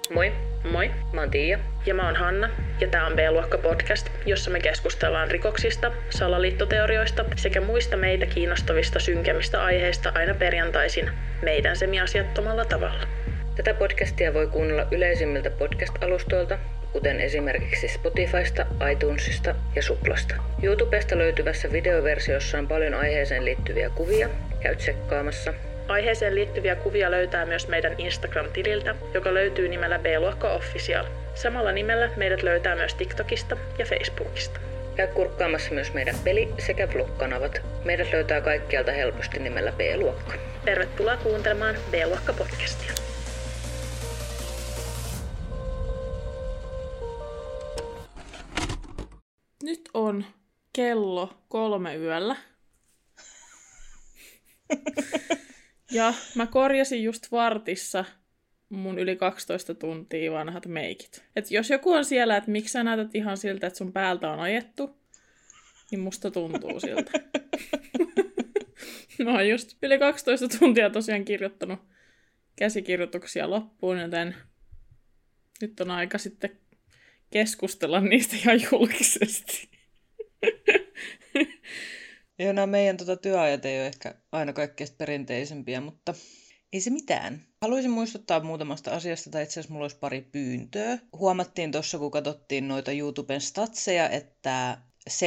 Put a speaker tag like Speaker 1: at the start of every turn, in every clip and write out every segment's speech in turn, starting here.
Speaker 1: Moi,
Speaker 2: Moi,
Speaker 1: mä oon Tiia.
Speaker 2: ja mä oon Hanna, ja tää on B-luokka podcast, jossa me keskustellaan rikoksista, salaliittoteorioista sekä muista meitä kiinnostavista synkemmistä aiheista aina perjantaisin meidän semiasiattomalla tavalla.
Speaker 1: Tätä podcastia voi kuunnella yleisimmiltä podcast-alustoilta, kuten esimerkiksi Spotifysta, iTunesista ja Suplasta. YouTubesta löytyvässä videoversiossa on paljon aiheeseen liittyviä kuvia. Käy tsekkaamassa.
Speaker 2: Aiheeseen liittyviä kuvia löytää myös meidän Instagram-tililtä, joka löytyy nimellä B-luokka Official. Samalla nimellä meidät löytää myös TikTokista ja Facebookista.
Speaker 1: Käy kurkkaamassa myös meidän peli- sekä vlog-kanavat. Meidät löytää kaikkialta helposti nimellä B-luokka.
Speaker 2: Tervetuloa kuuntelemaan B-luokka podcastia. Nyt on kello 3 yöllä. Ja mä korjasin just vartissa mun yli 12 tuntia vanhat meikit. Et jos joku on siellä, että miksi sä näytät ihan siltä, että sun päältä on ajettu, niin musta tuntuu siltä. Mä oon just yli 12 tuntia tosiaan kirjoittanut käsikirjoituksia loppuun, joten nyt on aika sitten keskustella niistä ihan julkisesti.
Speaker 3: Joo, nämä meidän työajat ei ole ehkä aina kaikkein perinteisempiä, mutta ei se mitään. Haluaisin muistuttaa muutamasta asiasta, tai itse asiassa mulla olisi pari pyyntöä. Huomattiin tuossa, kun katsottiin noita YouTuben statseja, että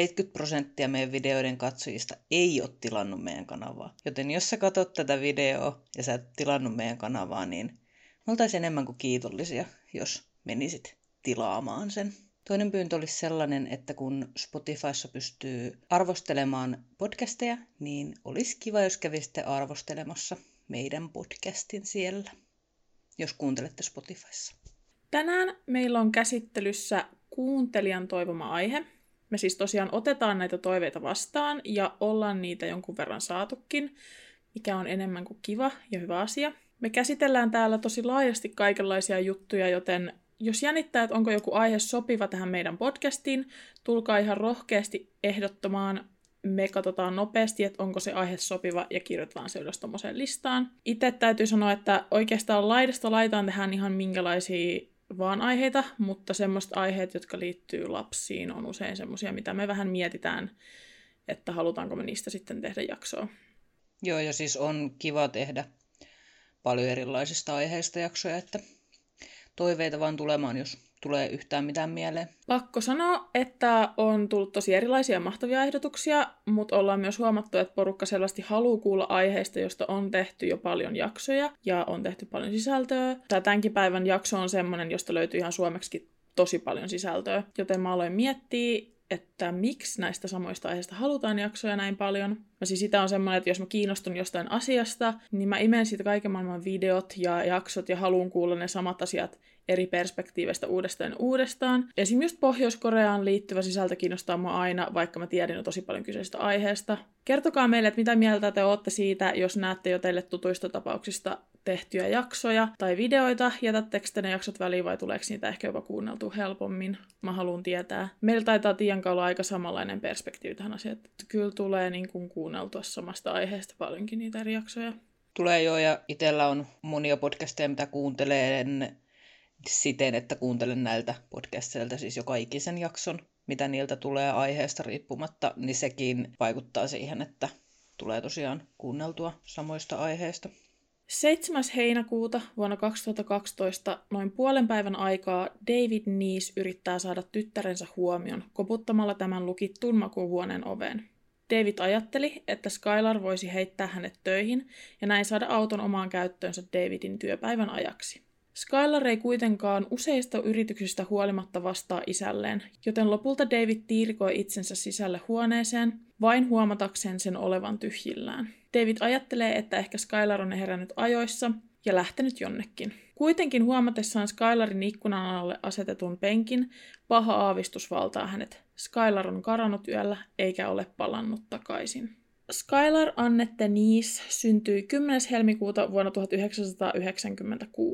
Speaker 3: 70% meidän videoiden katsojista ei ole tilannut meidän kanavaa. Joten jos sä katsot tätä videoa ja sä et tilannut meidän kanavaa, niin me oltaisiin enemmän kuin kiitollisia, jos menisit tilaamaan sen. Toinen pyyntö olisi sellainen, että kun Spotifyssa pystyy arvostelemaan podcasteja, niin olisi kiva, jos kävisitte arvostelemassa meidän podcastin siellä, jos kuuntelette Spotifyssa.
Speaker 2: Tänään meillä on käsittelyssä kuuntelijan toivoma aihe. Me siis tosiaan otetaan näitä toiveita vastaan ja ollaan niitä jonkun verran saatukin, mikä on enemmän kuin kiva ja hyvä asia. Me käsitellään täällä tosi laajasti kaikenlaisia juttuja, joten jos jännittää, että onko joku aihe sopiva tähän meidän podcastiin, tulkaa ihan rohkeasti ehdottamaan. Me katsotaan nopeasti, että onko se aihe sopiva ja kirjoitetaan se ylös tommoseen listaan. Itse täytyy sanoa, että oikeastaan laidasta laitaan tehdään ihan minkälaisia vaan aiheita, mutta semmoiset aiheet, jotka liittyy lapsiin, on usein semmoisia, mitä me vähän mietitään, että halutaanko me niistä sitten tehdä jaksoa.
Speaker 3: Joo, ja siis on kiva tehdä paljon erilaisista aiheista jaksoja, että toiveita vaan tulemaan, jos tulee yhtään mitään mieleen.
Speaker 2: Pakko sanoa, että on tullut tosi erilaisia mahtavia ehdotuksia, mutta ollaan myös huomattu, että porukka selvästi haluaa kuulla aiheista, josta on tehty jo paljon jaksoja ja on tehty paljon sisältöä. Tämänkin päivän jakso on semmoinen, josta löytyy ihan suomeksikin tosi paljon sisältöä, joten mä aloin miettiä, että miksi näistä samoista aiheista halutaan jaksoja näin paljon. Ja siis sitä on semmoinen, että jos mä kiinnostun jostain asiasta, niin mä imen siitä kaiken maailman videot ja jaksot ja haluan kuulla ne samat asiat eri perspektiiveistä uudestaan. Esimerkiksi just Pohjois-Koreaan liittyvä sisältö kiinnostaa mua aina, vaikka mä tiedän jo tosi paljon kyseisestä aiheesta. Kertokaa meille, että mitä mieltä te olette siitä, jos näette jo teille tutuista tapauksista tehtyjä jaksoja tai videoita. Jätättekö te ne jaksot väliin vai tuleeko niitä ehkä jopa kuunneltua helpommin? Mä haluan tietää. Meillä taitaa Tiian olla aika samanlainen perspektiivi tähän asiaan, että kyllä tulee niin kuin kuunneltua samasta aiheesta paljonkin niitä eri jaksoja.
Speaker 3: Tulee jo, ja itsellä on monia podcasteja, mitä kuuntelen siten, että kuuntelen näiltä podcasteilta siis joka ikisen jakson, mitä niiltä tulee aiheesta riippumatta, niin sekin vaikuttaa siihen, että tulee tosiaan kuunneltua samoista aiheista.
Speaker 2: 7. heinäkuuta vuonna 2012 noin puolen päivän aikaa David Nees yrittää saada tyttärensä huomion koputtamalla tämän lukittuun makuuhuoneen oveen. David ajatteli, että Skylar voisi heittää hänet töihin ja näin saada auton omaan käyttöönsä Davidin työpäivän ajaksi. Skylar ei kuitenkaan useista yrityksistä huolimatta vastaa isälleen, joten lopulta David tiirikoi itsensä sisälle huoneeseen, vain huomatakseen sen olevan tyhjillään. David ajattelee, että ehkä Skylar on herännyt ajoissa ja lähtenyt jonnekin. Kuitenkin huomatessaan Skylarin ikkunan alle asetetun penkin, paha aavistus valtaa hänet. Skylar on karannut yöllä eikä ole palannut takaisin. Skylar Annette Nees syntyi 10. helmikuuta vuonna 1996.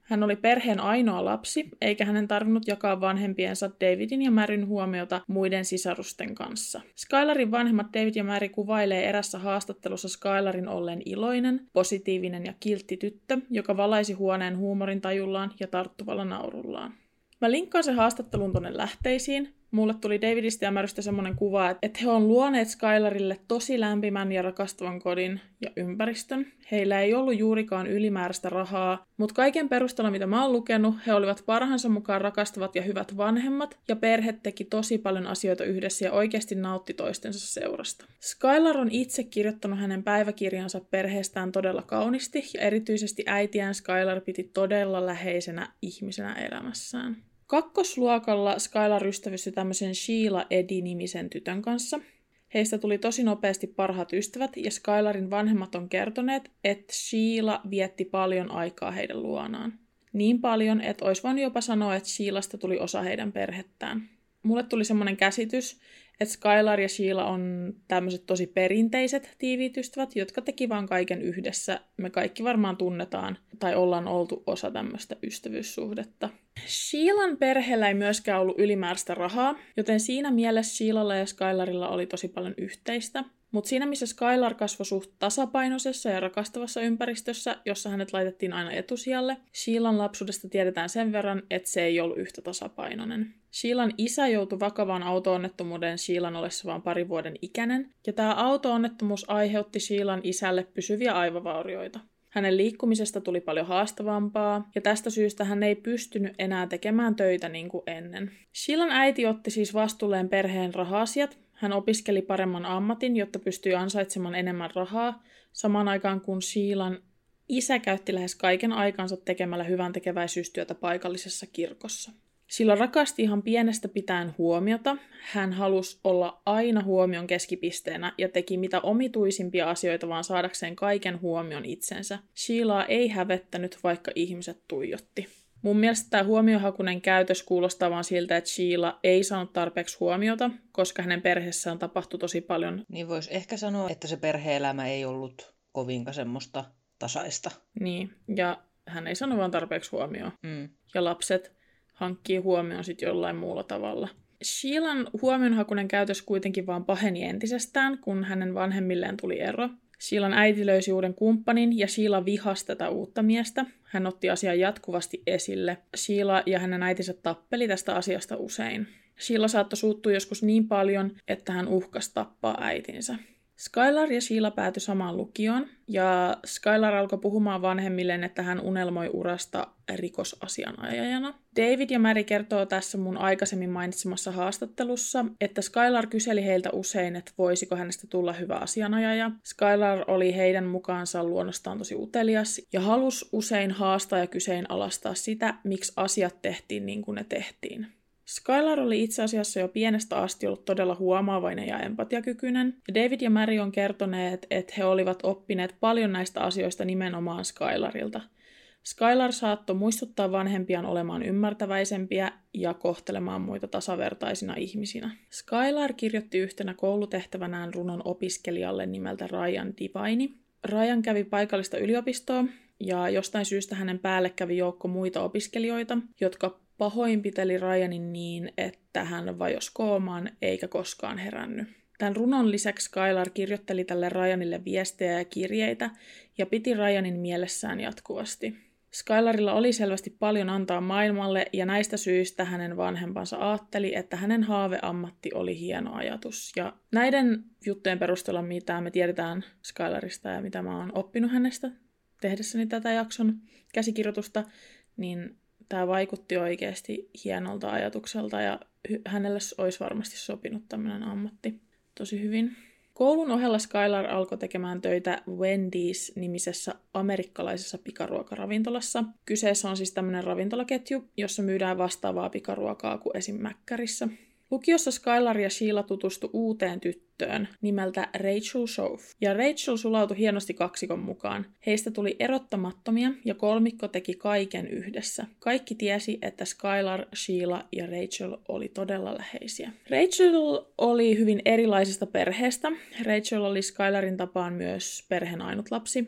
Speaker 2: Hän oli perheen ainoa lapsi, eikä hänen tarvinnut jakaa vanhempiensa Davidin ja Maryn huomiota muiden sisarusten kanssa. Skylarin vanhemmat David ja Mary kuvailee erässä haastattelussa Skylarin olleen iloinen, positiivinen ja kiltti tyttö, joka valaisi huoneen huumorintajullaan ja tarttuvalla naurullaan. Mä linkkaan sen haastattelun tonne lähteisiin. Mulle tuli Davidista ja Marystä semmoinen kuva, että he on luoneet Skylarille tosi lämpimän ja rakastavan kodin ja ympäristön. Heillä ei ollut juurikaan ylimääräistä rahaa, mutta kaiken perusteella, mitä mä oon lukenut, he olivat parhaansa mukaan rakastavat ja hyvät vanhemmat, ja perhe teki tosi paljon asioita yhdessä ja oikeasti nautti toistensa seurasta. Skylar on itse kirjoittanut hänen päiväkirjansa perheestään todella kauniisti, ja erityisesti äitiään Skylar piti todella läheisenä ihmisenä elämässään. Kakkosluokalla Skylar ystävystyi tämmöisen Sheila Eddy-nimisen tytön kanssa. Heistä tuli tosi nopeasti parhaat ystävät, ja Skylarin vanhemmat on kertoneet, että Sheila vietti paljon aikaa heidän luonaan. Niin paljon, että olisi voinut jopa sanoa, että Sheilasta tuli osa heidän perhettään. Mulle tuli semmoinen käsitys, että Skylar ja Sheila on tämmöiset tosi perinteiset tiiviit ystävät, jotka teki vaan kaiken yhdessä. Me kaikki varmaan tunnetaan tai ollaan oltu osa tämmöistä ystävyyssuhdetta. Sheilan perheellä ei myöskään ollut ylimääräistä rahaa, joten siinä mielessä Sheilalla ja Skylarilla oli tosi paljon yhteistä. Mutta siinä, missä Skylar kasvoi suht tasapainoisessa ja rakastavassa ympäristössä, jossa hänet laitettiin aina etusijalle, Sheilan lapsuudesta tiedetään sen verran, että se ei ollut yhtä tasapainoinen. Sheilan isä joutui vakavaan auto-onnettomuuden Sheilan ollessa vain 2 vuoden ikäinen, ja tämä auto-onnettomuus aiheutti Sheilan isälle pysyviä aivovaurioita. Hänen liikkumisesta tuli paljon haastavampaa, ja tästä syystä hän ei pystynyt enää tekemään töitä niin kuin ennen. Sheilan äiti otti siis vastuulleen perheen raha-asiat. Hän opiskeli paremman ammatin, jotta pystyi ansaitsemaan enemmän rahaa, samaan aikaan kun Sheilan isä käytti lähes kaiken aikansa tekemällä hyväntekeväisyystyötä paikallisessa kirkossa. Sheila rakasti ihan pienestä pitäen huomiota. Hän halusi olla aina huomion keskipisteenä ja teki mitä omituisimpia asioita vaan saadakseen kaiken huomion itsensä. Sheilaa ei hävettänyt, vaikka ihmiset tuijotti. Mun mielestä tämä huomiohakuinen käytös kuulostaa vaan siltä, että Sheila ei saanut tarpeeksi huomiota, koska hänen perheessään tapahtui tosi paljon.
Speaker 3: Niin voisi ehkä sanoa, että se perhe-elämä ei ollut kovinkaan semmoista tasaista.
Speaker 2: Niin, ja hän ei saanut vaan tarpeeksi huomioon. Ja lapset hankkii huomioon sitten jollain muulla tavalla. Sheilan huomionhakuinen käytös kuitenkin vaan paheni entisestään, kun hänen vanhemmilleen tuli ero. Sheilan äiti löysi uuden kumppanin ja Sheila vihasi tätä uutta miestä. Hän otti asian jatkuvasti esille. Sheila ja hänen äitinsä tappeli tästä asiasta usein. Sheila saattoi suuttua joskus niin paljon, että hän uhkasi tappaa äitinsä. Skylar ja Sheila päätyi samaan lukioon, ja Skylar alkoi puhumaan vanhemmilleen, että hän unelmoi urasta rikosasianajajana. David ja Mary kertoo tässä mun aikaisemmin mainitsemassa haastattelussa, että Skylar kyseli heiltä usein, että voisiko hänestä tulla hyvä asianajaja. Skylar oli heidän mukaansa luonnostaan tosi utelias ja halusi usein haastaa ja kyseenalaistaa sitä, miksi asiat tehtiin niin kuin ne tehtiin. Skylar oli itse asiassa jo pienestä asti ollut todella huomaavainen ja empatiakykyinen. Ja David ja Mary on kertoneet, että he olivat oppineet paljon näistä asioista nimenomaan Skylarilta. Skylar saattoi muistuttaa vanhempiaan olemaan ymmärtäväisempiä ja kohtelemaan muita tasavertaisina ihmisinä. Skylar kirjoitti yhtenä koulutehtävänään runon opiskelijalle nimeltä Ryan Divine. Ryan kävi paikallista yliopistoa ja jostain syystä hänen päälle kävi joukko muita opiskelijoita, jotka pahoinpiteli Ryanin niin, että hän vajosi koomaan eikä koskaan herännyt. Tämän runon lisäksi Skylar kirjoitteli tälle Ryanille viestejä ja kirjeitä ja piti Ryanin mielessään jatkuvasti. Skylarilla oli selvästi paljon antaa maailmalle ja näistä syistä hänen vanhempansa ajatteli, että hänen haaveammatti oli hieno ajatus. Ja näiden juttujen perusteella, mitä me tiedetään Skylarista ja mitä mä oon oppinut hänestä tehdessäni tätä jakson käsikirjoitusta, niin tämä vaikutti oikeasti hienolta ajatukselta ja hänelle olisi varmasti sopinut tämmöinen ammatti tosi hyvin. Koulun ohella Skylar alkoi tekemään töitä Wendy's-nimisessä amerikkalaisessa pikaruokaravintolassa. Kyseessä on siis tämmöinen ravintolaketju, jossa myydään vastaavaa pikaruokaa kuin esim. Mäkkärissä. Lukiossa Skylar ja Sheila tutustu uuteen tyttöön nimeltä Rachel Shove. Ja Rachel sulautui hienosti kaksikon mukaan. Heistä tuli erottamattomia ja kolmikko teki kaiken yhdessä. Kaikki tiesi, että Skylar, Sheila ja Rachel oli todella läheisiä. Rachel oli hyvin erilaisesta perheestä. Rachel oli Skylarin tapaan myös perheen ainut lapsi.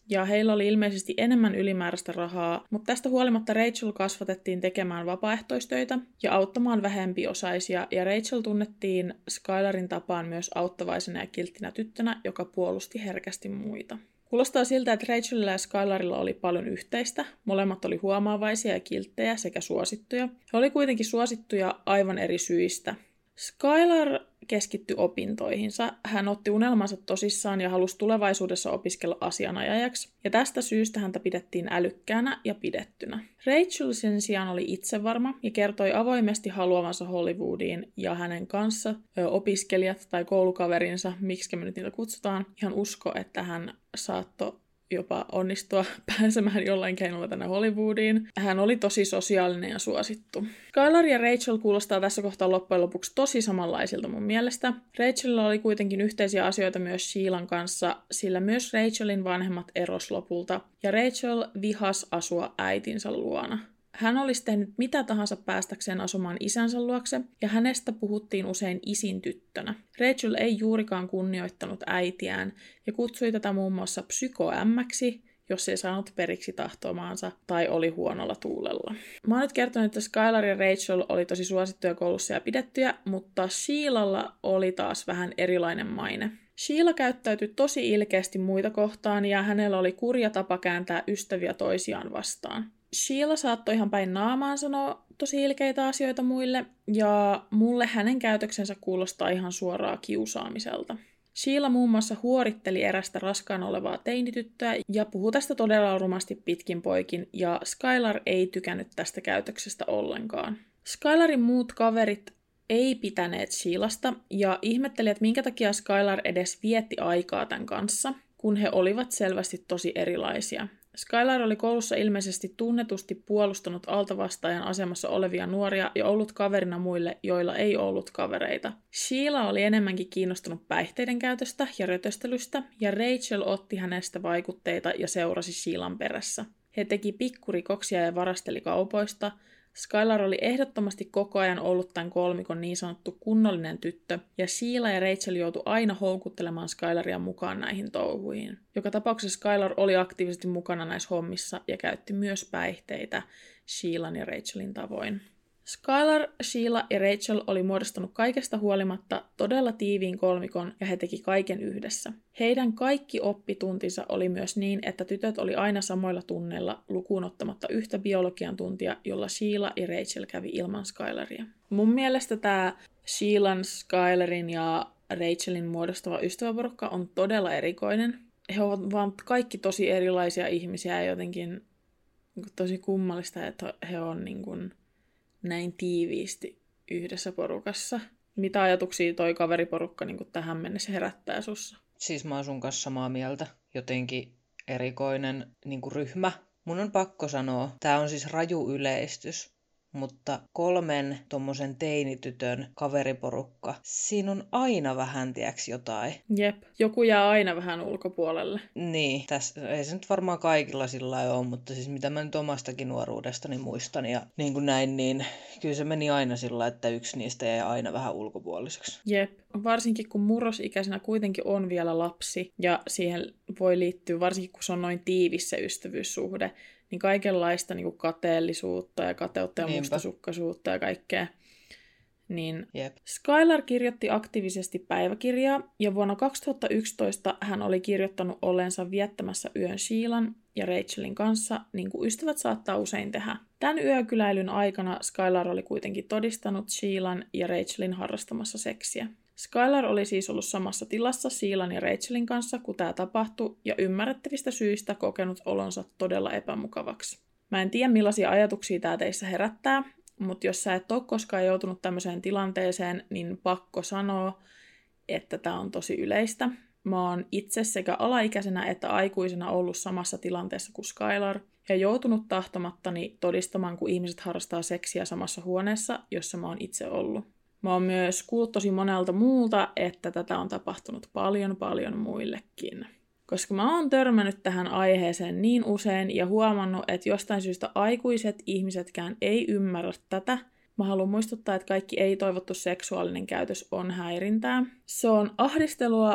Speaker 2: ja heillä oli ilmeisesti enemmän ylimääräistä rahaa, mutta tästä huolimatta Rachel kasvatettiin tekemään vapaaehtoistöitä ja auttamaan vähempiosaisia, ja Rachel tunnettiin Skylarin tapaan myös auttavaisena ja kilttinä tyttönä, joka puolusti herkästi muita. Kuulostaa siltä, että Rachelilla ja Skylarilla oli paljon yhteistä. Molemmat oli huomaavaisia ja kilttejä sekä suosittuja. He oli kuitenkin suosittuja aivan eri syistä. Skylar keskittyi opintoihinsa. Hän otti unelmansa tosissaan ja halusi tulevaisuudessa opiskella asianajajaksi, ja tästä syystä häntä pidettiin älykkäänä ja pidettynä. Rachel sen sijaan oli itsevarma ja kertoi avoimesti haluavansa Hollywoodiin, ja hänen kanssa opiskelijat tai koulukaverinsa, miksi me nyt niitä kutsutaan, ihan usko, että hän saattoi jopa onnistua pääsemään jollain keinolla tänne Hollywoodiin. Hän oli tosi sosiaalinen ja suosittu. Skylar ja Rachel kuulostaa tässä kohtaa loppujen lopuksi tosi samanlaisilta mun mielestä. Rachelilla oli kuitenkin yhteisiä asioita myös Sheilan kanssa, sillä myös Rachelin vanhemmat eros lopulta, ja Rachel vihas asua äitinsä luona. Hän olisi tehnyt mitä tahansa päästäkseen asumaan isänsä luokse, ja hänestä puhuttiin usein isin tyttönä. Rachel ei juurikaan kunnioittanut äitiään, ja kutsui tätä muun muassa psykoämmäksi, jos ei saanut periksi tahtomaansa tai oli huonolla tuulella. Mä oon nyt kertonut, että Skylar ja Rachel oli tosi suosittuja koulussa ja pidettyjä, mutta Sheilalla oli taas vähän erilainen maine. Sheila käyttäytyi tosi ilkeästi muita kohtaan, ja hänellä oli kurja tapa kääntää ystäviä toisiaan vastaan. Sheila saattoi ihan päin naamaan sanoa tosi ilkeitä asioita muille, ja mulle hänen käytöksensä kuulostaa ihan suoraa kiusaamiselta. Sheila muun muassa huoritteli erästä raskaana olevaa teinityttöä ja puhui tästä todella rumasti pitkin poikin, ja Skylar ei tykännyt tästä käytöksestä ollenkaan. Skylarin muut kaverit ei pitäneet Sheilasta ja ihmetteli, että minkä takia Skylar edes vietti aikaa tämän kanssa, kun he olivat selvästi tosi erilaisia. Skylar oli koulussa ilmeisesti tunnetusti puolustanut altavastaajan asemassa olevia nuoria ja ollut kaverina muille, joilla ei ollut kavereita. Sheila oli enemmänkin kiinnostunut päihteiden käytöstä ja rötöstelystä, ja Rachel otti hänestä vaikutteita ja seurasi Sheilan perässä. He teki pikkurikoksia ja varasteli kaupoista. Skylar oli ehdottomasti koko ajan ollut tämän kolmikon niin sanottu kunnollinen tyttö, ja Sheila ja Rachel joutui aina houkuttelemaan Skylaria mukaan näihin touhuihin. Joka tapauksessa Skylar oli aktiivisesti mukana näissä hommissa ja käytti myös päihteitä Sheilan ja Rachelin tavoin. Skylar, Sheila ja Rachel oli muodostanut kaikesta huolimatta todella tiiviin kolmikon, ja he teki kaiken yhdessä. Heidän kaikki oppituntinsa oli myös niin, että tytöt oli aina samoilla tunneilla lukuun ottamatta yhtä biologian tuntia, jolla Sheila ja Rachel kävi ilman Skylaria. Mun mielestä tämä Sheilan, Skylarin ja Rachelin muodostava ystäväporukka on todella erikoinen. He ovat vaan kaikki tosi erilaisia ihmisiä, ja jotenkin tosi kummallista, että he on näin tiiviisti yhdessä porukassa. Mitä ajatuksia toi kaveriporukka tähän mennessä herättää sussa?
Speaker 3: Siis mä oon sun kanssa samaa mieltä. Jotenkin erikoinen ryhmä. Mun on pakko sanoa, tää on siis raju yleistys, mutta 3 tommosen teinitytön kaveriporukka, siinä on aina vähän, jotain.
Speaker 2: Jep, joku jää aina vähän ulkopuolelle.
Speaker 3: Niin, ei se nyt varmaan kaikilla sillä lailla ole, mutta siis mitä mä nyt omastakin nuoruudestani muistan ja niin kyllä se meni aina sillä lailla, että yksi niistä jäi aina vähän ulkopuoliseksi.
Speaker 2: Jep, varsinkin kun murrosikäisenä kuitenkin on vielä lapsi, ja siihen voi liittyä, varsinkin kun se on noin tiivis se ystävyyssuhde, niin kaikenlaista kateellisuutta ja kateutta ja mustasukkaisuutta ja kaikkea. Niin
Speaker 3: Jep.
Speaker 2: Skylar kirjoitti aktiivisesti päiväkirjaa, ja vuonna 2011 hän oli kirjoittanut olleensa viettämässä yön Sheilan ja Rachelin kanssa, niin kuin ystävät saattaa usein tehdä. Tämän yökyläilyn aikana Skylar oli kuitenkin todistanut Sheilan ja Rachelin harrastamassa seksiä. Skylar oli siis ollut samassa tilassa Sheilan ja Rachelin kanssa, kun tämä tapahtui, ja ymmärrettävistä syistä kokenut olonsa todella epämukavaksi. Mä en tiedä, millaisia ajatuksia tämä teissä herättää, mutta jos sä et ole koskaan joutunut tämmöiseen tilanteeseen, niin pakko sanoa, että tämä on tosi yleistä. Mä oon itse sekä alaikäisenä että aikuisena ollut samassa tilanteessa kuin Skylar, ja joutunut tahtomattani todistamaan, kun ihmiset harrastaa seksiä samassa huoneessa, jossa mä oon itse ollut. Mä oon myös kuullut tosi monelta muulta, että tätä on tapahtunut paljon muillekin. Koska mä oon törmännyt tähän aiheeseen niin usein ja huomannut, että jostain syystä aikuiset ihmisetkään ei ymmärrä tätä. Mä haluan muistuttaa, että kaikki ei-toivottu seksuaalinen käytös on häirintää. Se on ahdistelua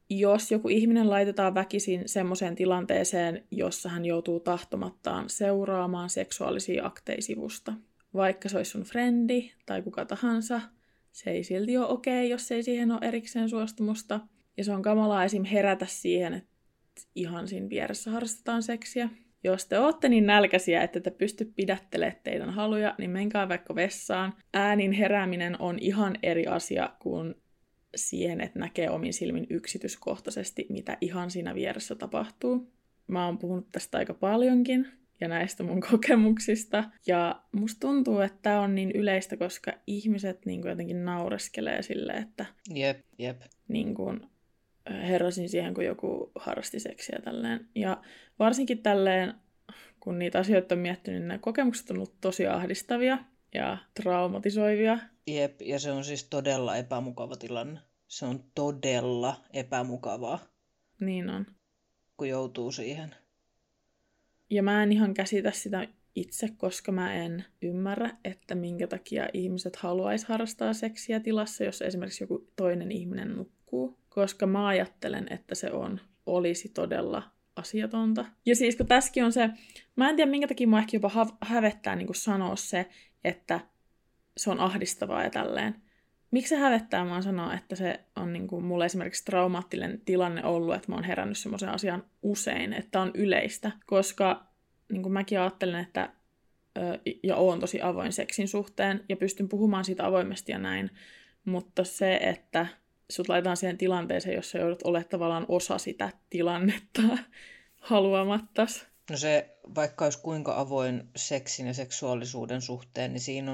Speaker 2: jos joku ihminen laitetaan väkisin semmoiseen tilanteeseen, jossa hän joutuu tahtomattaan seuraamaan seksuaalisia akteja sivusta, vaikka se olisi sun frendi tai kuka tahansa, se ei silti ole okei, jos ei siihen ole erikseen suostumusta. Ja se on kamalaa esim. Herätä siihen, että ihan siinä vieressä harrastetaan seksiä. Jos te ootte niin nälkäisiä, että te pysty pidättelemään teidän haluja, niin menkää vaikka vessaan. Äänin herääminen on ihan eri asia kuin siihen, että näkee omin silmin yksityiskohtaisesti, mitä ihan siinä vieressä tapahtuu. Mä oon puhunut tästä aika paljonkin ja näistä mun kokemuksista. Ja musta tuntuu, että tää on niin yleistä, koska ihmiset niin kuin jotenkin naureskelee silleen, että
Speaker 3: Jep.
Speaker 2: niin kuin heräsin siihen, kun joku harrasti seksiä tälleen. Ja varsinkin tälleen, kun niitä asioita on miettinyt, niin ne kokemukset on ollut tosi ahdistavia ja traumatisoivia.
Speaker 3: Jep, ja se on siis todella epämukava tilanne. Se on todella epämukavaa,
Speaker 2: Niin on.
Speaker 3: kun joutuu siihen.
Speaker 2: Ja mä en ihan käsitä sitä itse, koska mä en ymmärrä, että minkä takia ihmiset haluaisi harrastaa seksiä tilassa, jos esimerkiksi joku toinen ihminen nukkuu. Koska mä ajattelen, että se olisi todella asiatonta. Ja siis kun tässäkin on se, mä en tiedä minkä takia mua ehkä jopa hävettää niin kuin sanoa se, että se on ahdistavaa ja tälleen. Miksi se hävettää mua sanoa, että se on niin kuin mulle esimerkiksi traumaattinen tilanne ollut, että mä oon herännyt semmoisen asian usein, että on yleistä. Koska niin kuin mäkin ajattelen, että ja oon tosi avoin seksin suhteen ja pystyn puhumaan siitä avoimesti ja näin. Mutta se, että sut laitetaan siihen tilanteeseen, jossa joudut olemaan tavallaan osa sitä tilannetta haluamattas.
Speaker 3: No se, vaikka olisi kuinka avoin seksin ja seksuaalisuuden suhteen, niin siinä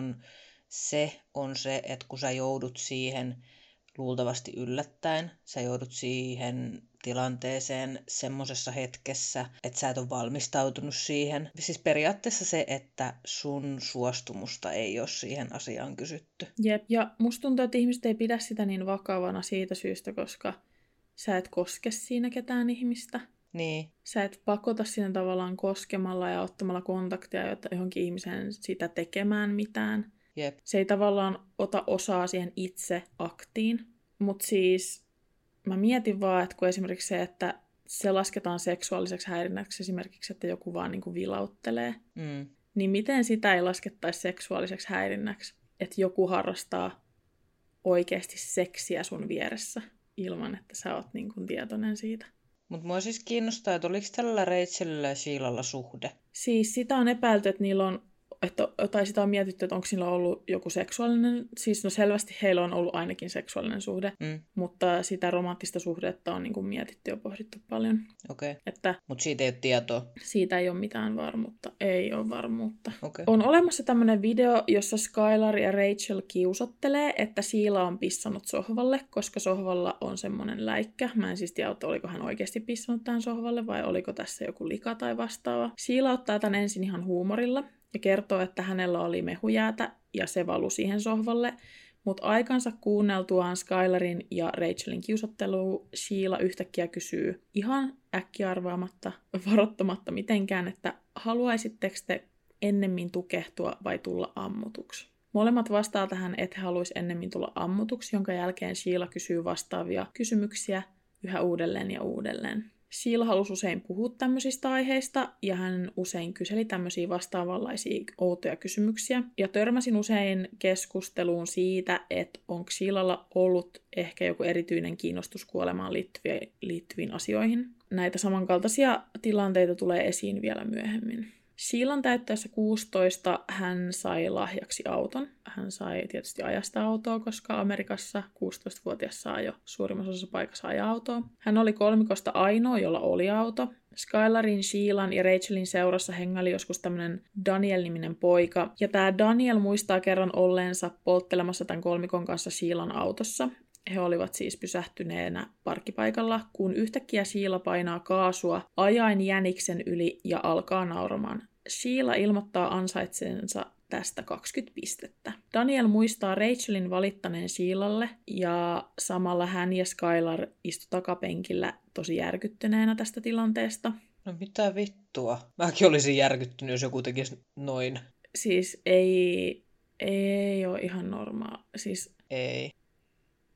Speaker 3: on se, että kun sä joudut siihen luultavasti yllättäen, sä joudut siihen tilanteeseen semmoisessa hetkessä, että sä et ole valmistautunut siihen. Siis periaatteessa se, että sun suostumusta ei ole siihen asiaan kysytty.
Speaker 2: Jep, ja musta tuntuu, että ihmiset ei pidä sitä niin vakavana siitä syystä, koska sä et koske siinä ketään ihmistä.
Speaker 3: Niin.
Speaker 2: Sä et pakota siinä tavallaan koskemalla ja ottamalla kontaktia johonkin ihmiseen sitä tekemään mitään.
Speaker 3: Jep.
Speaker 2: Se ei tavallaan ota osaa siihen itse aktiin. Mutta siis mä mietin vaan, että kun esimerkiksi se, että se lasketaan seksuaaliseksi häirinnäksi esimerkiksi, että joku vaan niin kuin vilauttelee, niin miten sitä ei laskettaisi seksuaaliseksi häirinnäksi, että joku harrastaa oikeasti seksiä sun vieressä ilman, että sä oot niin kuin tietoinen siitä.
Speaker 3: Mutta mua siis kiinnostaa, että oliko tällä Rachelilla ja Sheilalla suhde?
Speaker 2: Siis sitä on epäilty, että niillä on, tai sitä on mietitty, että onko niillä ollut joku seksuaalinen, siis no selvästi heillä on ollut ainakin seksuaalinen suhde, mutta sitä romanttista suhdetta on niin kuin mietitty ja pohdittu paljon.
Speaker 3: Okei.
Speaker 2: Että
Speaker 3: mutta siitä ei ole tietoa?
Speaker 2: Siitä ei ole mitään varmuutta. Ei ole varmuutta.
Speaker 3: Okay.
Speaker 2: On olemassa tämmöinen video, jossa Skylar ja Rachel kiusottelee, että Sheila on pissannut sohvalle, koska sohvalla on semmoinen läikkä. Mä en siis tiedä, että oliko hän oikeasti pissannut tähän sohvalle vai oliko tässä joku lika tai vastaava. Sheila ottaa tämän ensin ihan huumorilla ja kertoo, että hänellä oli mehujäätä ja se valui siihen sohvalle. Mutta aikansa kuunneltuaan Skylarin ja Rachelin kiusottelua, Sheila yhtäkkiä kysyy ihan äkkiarvaamatta, varoittamatta mitenkään, että haluaisitteko te ennemmin tukehtua vai tulla ammutuksi. Molemmat vastaa tähän, että he haluaisi ennemmin tulla ammutuksi, jonka jälkeen Sheila kysyy vastaavia kysymyksiä yhä uudelleen ja uudelleen. Sheila halusi usein puhua tämmöisistä aiheista, ja hän usein kyseli tämmöisiä vastaavanlaisia outoja kysymyksiä. Ja törmäsin usein keskusteluun siitä, että onko Sheilalla ollut ehkä joku erityinen kiinnostus kuolemaan liittyviin asioihin. Näitä samankaltaisia tilanteita tulee esiin vielä myöhemmin. Sheilan täyttäessä 16 hän sai lahjaksi auton. Hän sai tietysti ajasta autoa, koska Amerikassa 16-vuotias saa jo suurimmassa osassa paikassa ajaa autoa. Hän oli kolmikosta ainoa, jolla oli auto. Skylarin, Sheilan ja Rachelin seurassa hengaili joskus tämmöinen Daniel-niminen poika. Ja tämä Daniel muistaa kerran olleensa polttelemassa tämän kolmikon kanssa Sheilan autossa. He olivat siis pysähtyneenä parkkipaikalla, kun yhtäkkiä Sheila painaa kaasua ajaen jäniksen yli ja alkaa nauramaan. Sheila ilmoittaa ansaitsensa tästä 20 pistettä. Daniel muistaa Rachelin valittaneen Sheilalle ja samalla hän ja Skylar istu takapenkillä tosi järkyttyneenä tästä tilanteesta.
Speaker 3: No mitä vittua? Mäkin olisin järkyttynyt, jos joku tekisi noin.
Speaker 2: Siis ei ole ihan normaali. Siis
Speaker 3: ei.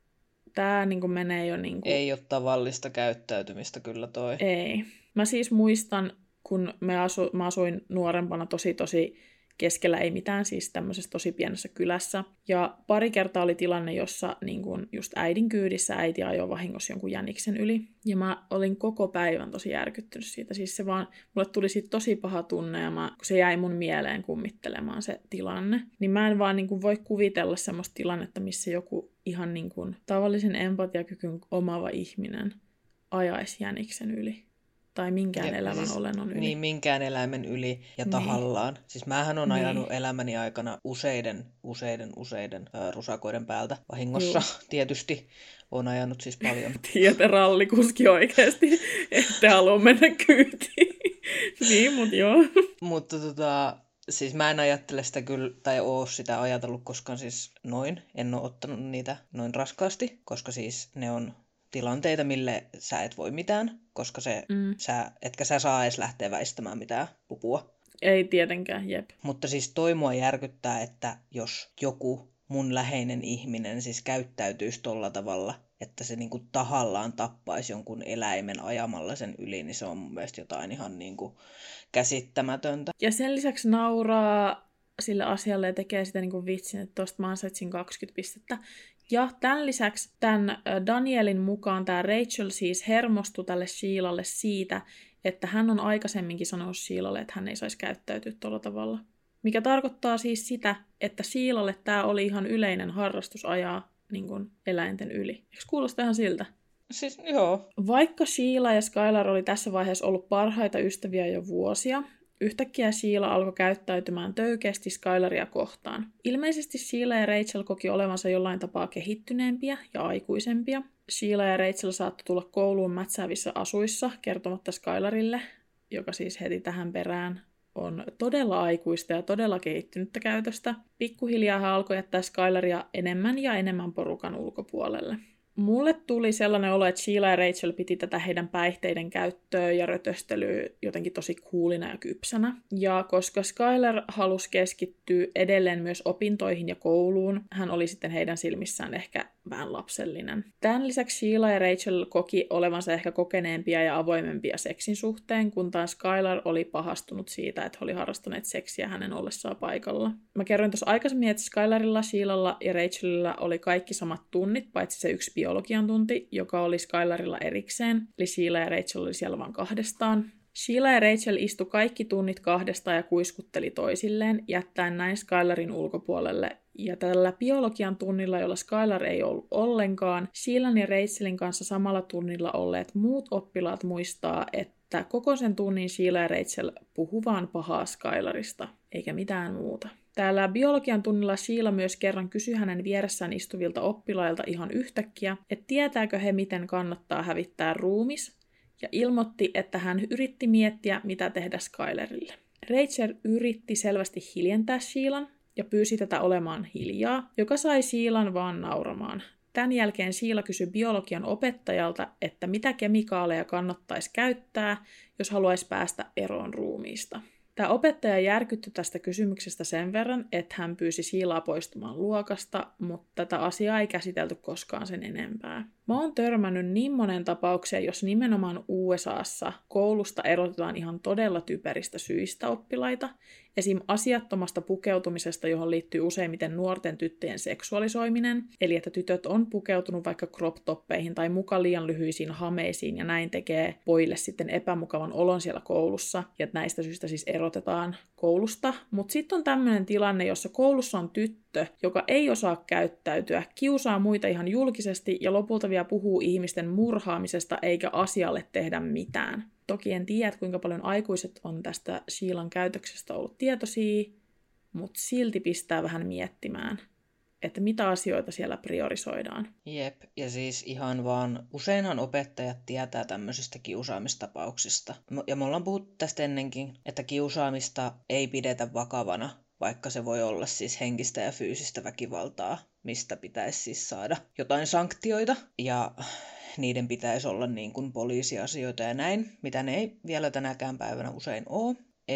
Speaker 2: Tää niinku menee jo niinku...
Speaker 3: Ei ole tavallista käyttäytymistä kyllä toi.
Speaker 2: Ei. Mä siis muistan, kun mä asuin nuorempana tosi keskellä ei mitään, siis tämmöisessä tosi pienessä kylässä. Ja pari kertaa oli tilanne, jossa niin kun just äidin kyydissä äiti ajoi vahingossa jonkun jäniksen yli. Ja mä olin koko päivän tosi järkyttynyt siitä. Siis se vaan, mulle tuli siitä tosi paha tunne, ja kun se jäi mun mieleen kummittelemaan se tilanne. Niin mä en vaan niin kun voi kuvitella semmoista tilannetta, missä joku ihan niin kun tavallisen empatiakykyn omaava ihminen ajaisi jäniksen yli. Tai minkään elävän olennon yli.
Speaker 3: Niin, minkään eläimen yli ja tahallaan. Siis mähän on ajanut elämäni aikana useiden rusakoiden päältä vahingossa. Tietysti on ajanut siis paljon.
Speaker 2: Tiedätte rallikuski oikeasti, ette halua mennä kyytiin. Niin, mut joo.
Speaker 3: Mutta siis mä en ajattele sitä kyllä, tai oo sitä ajatellut koskaan siis noin. En oo ottanut niitä noin raskaasti, koska siis ne on tilanteita, mille sä et voi mitään, koska etkä sä saa edes lähteä väistämään mitään pupua.
Speaker 2: Ei tietenkään, jep.
Speaker 3: Mutta siis toi mua järkyttää, että jos joku mun läheinen ihminen siis käyttäytyisi tolla tavalla, että se niinku tahallaan tappaisi jonkun eläimen ajamalla sen yli, niin se on mun mielestä jotain ihan niinku käsittämätöntä.
Speaker 2: Ja sen lisäksi nauraa sille asialle ja tekee sitä niinku vitsin, että tosta mä ansaitsin 20 pistettä. Ja tämän lisäksi tämän Danielin mukaan tämä Rachel siis hermostui tälle Sheilalle siitä, että hän on aikaisemminkin sanonut Sheilalle, että hän ei saisi käyttäytyä tuolla tavalla. Mikä tarkoittaa siis sitä, että Sheilalle tämä oli ihan yleinen harrastus ajaa niin kuin eläinten yli. Eikö kuulosta ihan siltä?
Speaker 3: Siis joo.
Speaker 2: Vaikka Sheila ja Skylar oli tässä vaiheessa ollut parhaita ystäviä jo vuosia, yhtäkkiä Sheila alkoi käyttäytymään töykeästi Skylaria kohtaan. Ilmeisesti Sheila ja Rachel koki olevansa jollain tapaa kehittyneempiä ja aikuisempia. Sheila ja Rachel saattoi tulla kouluun mätsäävissä asuissa kertomatta Skylarille, joka siis heti tähän perään on todella aikuista ja todella kehittynyttä käytöstä. Pikkuhiljaa hän alkoi jättää Skylaria enemmän ja enemmän porukan ulkopuolelle. Mulle tuli sellainen olo, että Sheila ja Rachel piti tätä heidän päihteiden käyttöä ja rötöstelyä jotenkin tosi coolina ja kypsänä. Ja koska Skylar halusi keskittyä edelleen myös opintoihin ja kouluun, hän oli sitten heidän silmissään ehkä vähän lapsellinen. Tämän lisäksi Sheila ja Rachel koki olevansa ehkä kokeneempia ja avoimempia seksin suhteen, kun taas Skylar oli pahastunut siitä, että he oli harrastaneet seksiä hänen ollessaan paikalla. Mä kerroin tuossa aikaisemmin, että Skylarilla, Sheilalla ja Rachelilla oli kaikki samat tunnit, paitsi se yksi biologian tunti, joka oli Skylarilla erikseen, eli Sheila ja Rachel oli siellä vain kahdestaan. Sheila ja Rachel istu kaikki tunnit kahdestaan ja kuiskutteli toisilleen, jättäen näin Skylarin ulkopuolelle. Ja tällä biologian tunnilla, jolla Skylar ei ollut ollenkaan, Sheilan ja Rachelin kanssa samalla tunnilla olleet muut oppilaat muistaa, että koko sen tunnin Sheila ja Rachel puhu vaan pahaa Skylarista, eikä mitään muuta. Täällä biologian tunnilla Sheila myös kerran kysyi hänen vieressään istuvilta oppilailta ihan yhtäkkiä, että tietääkö he, miten kannattaa hävittää ruumis, ja ilmoitti, että hän yritti miettiä, mitä tehdä Skylarille. Rachel yritti selvästi hiljentää Sheilan ja pyysi tätä olemaan hiljaa, joka sai Sheilan vaan nauramaan. Tämän jälkeen Sheila kysyi biologian opettajalta, että mitä kemikaaleja kannattaisi käyttää, jos haluaisi päästä eroon ruumiista. Tämä opettaja järkyttyi tästä kysymyksestä sen verran, että hän pyysi Sheilaa poistumaan luokasta, mutta tätä asiaa ei käsitelty koskaan sen enempää. Mä oon törmännyt niin monen tapaukseen, jos nimenomaan USAssa koulusta erotetaan ihan todella typeristä syistä oppilaita, esim. Asiattomasta pukeutumisesta, johon liittyy useimmiten nuorten tyttöjen seksuaalisoiminen, eli että tytöt on pukeutunut vaikka crop-toppeihin tai muka liian lyhyisiin hameisiin ja näin tekee pojille sitten epämukavan olon siellä koulussa, ja näistä syistä siis erotetaan koulusta. Mutta sitten on tämmöinen tilanne, jossa koulussa on tyttö, joka ei osaa käyttäytyä, kiusaa muita ihan julkisesti ja lopulta vielä puhuu ihmisten murhaamisesta eikä asialle tehdä mitään. Toki en tiedä, kuinka paljon aikuiset on tästä Sheilan käytöksestä ollut tietoisia, mutta silti pistää vähän miettimään, että mitä asioita siellä priorisoidaan.
Speaker 3: Jep, ja siis ihan vaan, useinhan opettajat tietää tämmöisistä kiusaamistapauksista. Ja me ollaan puhuttu tästä ennenkin, että kiusaamista ei pidetä vakavana, vaikka se voi olla siis henkistä ja fyysistä väkivaltaa, mistä pitäisi siis saada jotain sanktioita. Ja niiden pitäisi olla niin kuin poliisiasioita ja näin, mitä ne ei vielä tänäkään päivänä usein ole.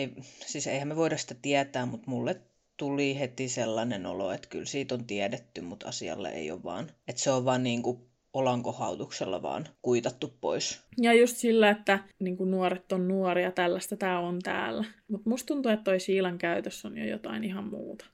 Speaker 3: Eihän me voida sitä tietää, mutta mulle tuli heti sellainen olo, että kyllä siitä on tiedetty, mutta asialle ei ole vaan. Että se on vaan niin kuin olankohautuksella vaan kuitattu pois.
Speaker 2: Ja just sillä, että niin kuin nuoret on nuoria, tällaista tää on täällä. Mutta musta tuntuu, että toi Sheilan käytös on jo jotain ihan muuta.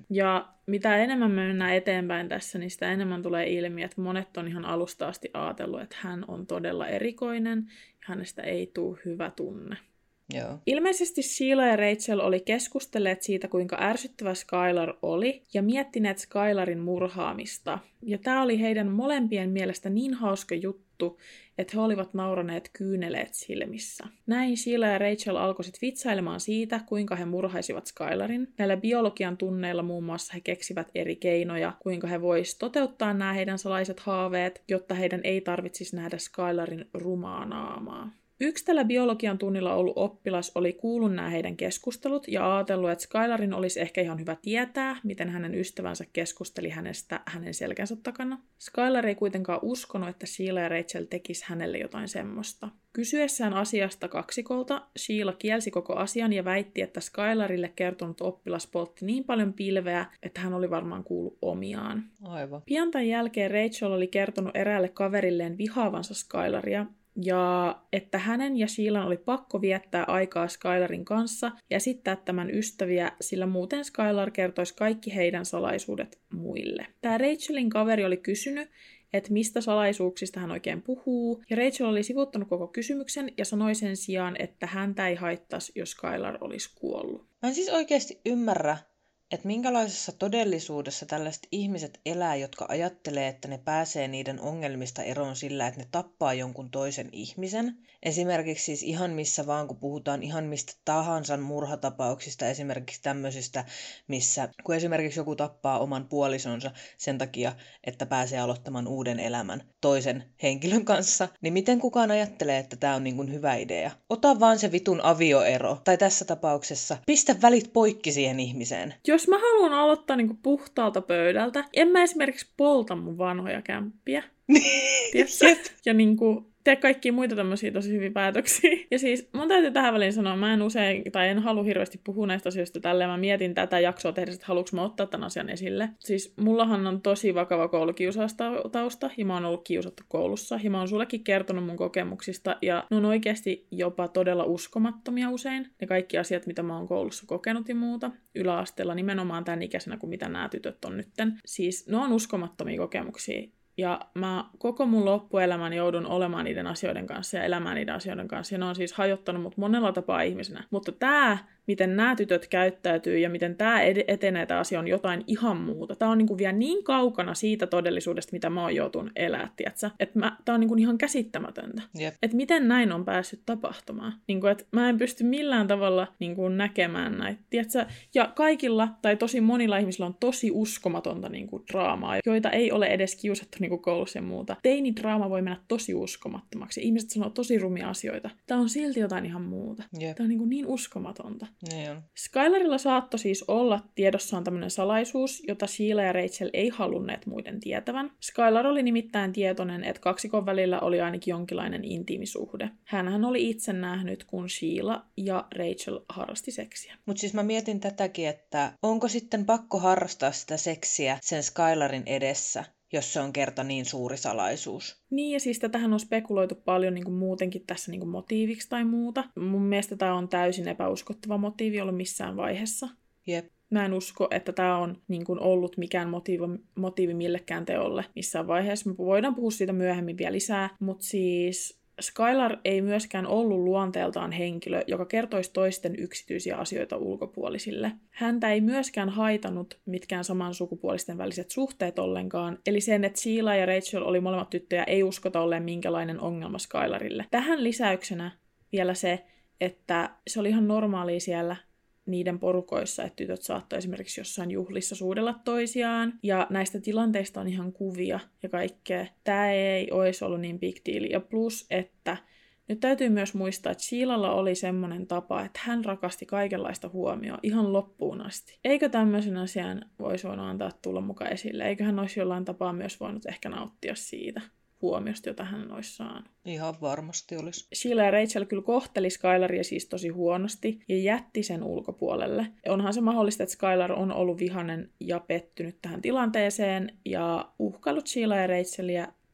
Speaker 2: Ja mitä enemmän me mennään eteenpäin tässä, niin sitä enemmän tulee ilmi, että monet on ihan alusta asti ajatellut, että hän on todella erikoinen ja hänestä ei tule hyvä tunne.
Speaker 3: Joo.
Speaker 2: Ilmeisesti Sheila ja Rachel oli keskustelleet siitä, kuinka ärsyttävä Skylar oli, ja miettineet Skylarin murhaamista. Ja tämä oli heidän molempien mielestä niin hauska juttu, että he olivat nauraneet kyyneleet silmissä. Näin Sheila ja Rachel alkoivat vitsailemaan siitä, kuinka he murhaisivat Skylarin. Näillä biologian tunneilla muun muassa he keksivät eri keinoja, kuinka he voisivat toteuttaa nämä heidän salaiset haaveet, jotta heidän ei tarvitsisi nähdä Skylarin rumaa naamaa. Yksi tällä biologian tunnilla ollut oppilas oli kuullut nämä heidän keskustelut ja ajatellut, että Skylarin olisi ehkä ihan hyvä tietää, miten hänen ystävänsä keskusteli hänestä hänen selkänsä takana. Skylar ei kuitenkaan uskonut, että Sheila ja Rachel tekisi hänelle jotain semmoista. Kysyessään asiasta kaksikolta, Sheila kielsi koko asian ja väitti, että Skylarille kertonut oppilas poltti niin paljon pilveä, että hän oli varmaan kuullut omiaan.
Speaker 3: Aivan.
Speaker 2: Pian tämän jälkeen Rachel oli kertonut eräälle kaverilleen vihaavansa Skylaria, ja että hänen ja Sheilan oli pakko viettää aikaa Skylarin kanssa ja esittää tämän ystäviä, sillä muuten Skylar kertoisi kaikki heidän salaisuudet muille. Tämä Rachelin kaveri oli kysynyt, että mistä salaisuuksista hän oikein puhuu, ja Rachel oli sivuttanut koko kysymyksen ja sanoi sen sijaan, että häntä ei haittaisi, jos Skylar olisi kuollut.
Speaker 3: Mä en siis oikeasti ymmärrä, että minkälaisessa todellisuudessa tällaiset ihmiset elää, jotka ajattelee, että ne pääsee niiden ongelmista eroon sillä, että ne tappaa jonkun toisen ihmisen. Esimerkiksi siis ihan missä vaan, kun puhutaan ihan mistä tahansa murhatapauksista, esimerkiksi tämmöisistä, missä kun esimerkiksi joku tappaa oman puolisonsa sen takia, että pääsee aloittamaan uuden elämän toisen henkilön kanssa, niin miten kukaan ajattelee, että tämä on niin kuin hyvä idea? Ota vaan se vitun avioero, tai tässä tapauksessa pistä välit poikki siihen ihmiseen.
Speaker 2: Jos mä haluan aloittaa niinku puhtaalta pöydältä, en mä esimerkiksi polta mun vanhoja kämppiä. Ja niinku tee kaikkia muita tämmöisiä tosi hyviä päätöksiä. Ja siis mun täytyy tähän väliin sanoa, mä en usein, tai en halua hirveästi puhua näistä asioista tälleen. Mä mietin tätä jaksoa tehdä, että haluanko mä ottaa tämän asian esille. Siis mullahan on tosi vakava koulukiusaustausta, ja mä oon ollut kiusattu koulussa. Ja mä oon sullekin kertonut mun kokemuksista, ja ne on oikeasti jopa todella uskomattomia usein. Ne kaikki asiat, mitä mä oon koulussa kokenut ja muuta. Yläasteella nimenomaan tämän ikäisenä, kuin mitä nämä tytöt on nytten. Siis ne on uskomattomia kokemuksia. Ja mä koko mun loppuelämän joudun olemaan niiden asioiden kanssa ja elämään niiden asioiden kanssa. Ja ne on siis hajottanut mut monella tapaa ihmisenä. Mutta miten nämä tytöt käyttäytyy ja miten tämä etenee, tämä asia on jotain ihan muuta. Tämä on vielä niin kaukana siitä todellisuudesta, mitä mä oon joutunut elämään, tiiätsä? Että tämä on ihan käsittämätöntä.
Speaker 3: Yep.
Speaker 2: Että miten näin on päässyt tapahtumaan. Että mä en pysty millään tavalla näkemään näitä, tiiätsä? Ja kaikilla, tai tosi monilla ihmisillä on tosi uskomatonta draamaa, joita ei ole edes kiusattu koulussa ja muuta. Teinidraama voi mennä tosi uskomattomaksi. Ihmiset sanoo tosi rumia asioita. Tämä on silti jotain ihan muuta.
Speaker 3: Yep.
Speaker 2: Tämä on niin uskomatonta.
Speaker 3: Niin on.
Speaker 2: Skylarilla saattoi siis olla tiedossaan tämmöinen salaisuus, jota Sheila ja Rachel ei halunneet muiden tietävän. Skylar oli nimittäin tietoinen, että kaksikon välillä oli ainakin jonkinlainen intiimisuhde. Hänhän oli itse nähnyt, kun Sheila ja Rachel harrasti seksiä.
Speaker 3: Mutta siis mä mietin tätäkin, että onko sitten pakko harrastaa sitä seksiä sen Skylarin edessä, jos se on kerta niin suuri salaisuus.
Speaker 2: Niin, ja siis tätähän on spekuloitu paljon muutenkin tässä motiiviksi tai muuta. Mun mielestä tämä on täysin epäuskottava motiivi ollut missään vaiheessa.
Speaker 3: Jep.
Speaker 2: Mä en usko, että tämä on ollut mikään motiivi millekään teolle missään vaiheessa. Me voidaan puhua siitä myöhemmin vielä lisää, mutta siis Skylar ei myöskään ollut luonteeltaan henkilö, joka kertoisi toisten yksityisiä asioita ulkopuolisille. Häntä ei myöskään haitannut mitkään samansukupuolisten väliset suhteet ollenkaan, eli sen, että Sheila ja Rachel oli molemmat tyttöjä, ei uskota olleen minkälainen ongelma Skylarille. Tähän lisäyksenä vielä se, että se oli ihan normaalia siellä niiden porukoissa, että tytöt saattoi esimerkiksi jossain juhlissa suudella toisiaan. Ja näistä tilanteista on ihan kuvia ja kaikkea. Tämä ei olisi ollut niin big deal. Ja plus, että nyt täytyy myös muistaa, että Sheilalla oli semmoinen tapa, että hän rakasti kaikenlaista huomioon ihan loppuun asti. Eikö tämmöisen asian voisi voinut antaa tulla mukaan esille? Eikö hän olisi jollain tapaa myös voinut ehkä nauttia siitä huomiosta, jota hän olisi saanut?
Speaker 3: Ihan varmasti olisi.
Speaker 2: Sheila ja Rachel kyllä kohteli Skylaria siis tosi huonosti ja jätti sen ulkopuolelle. Onhan se mahdollista, että Skylar on ollut vihainen ja pettynyt tähän tilanteeseen ja uhkaillut Sheila ja Rachelia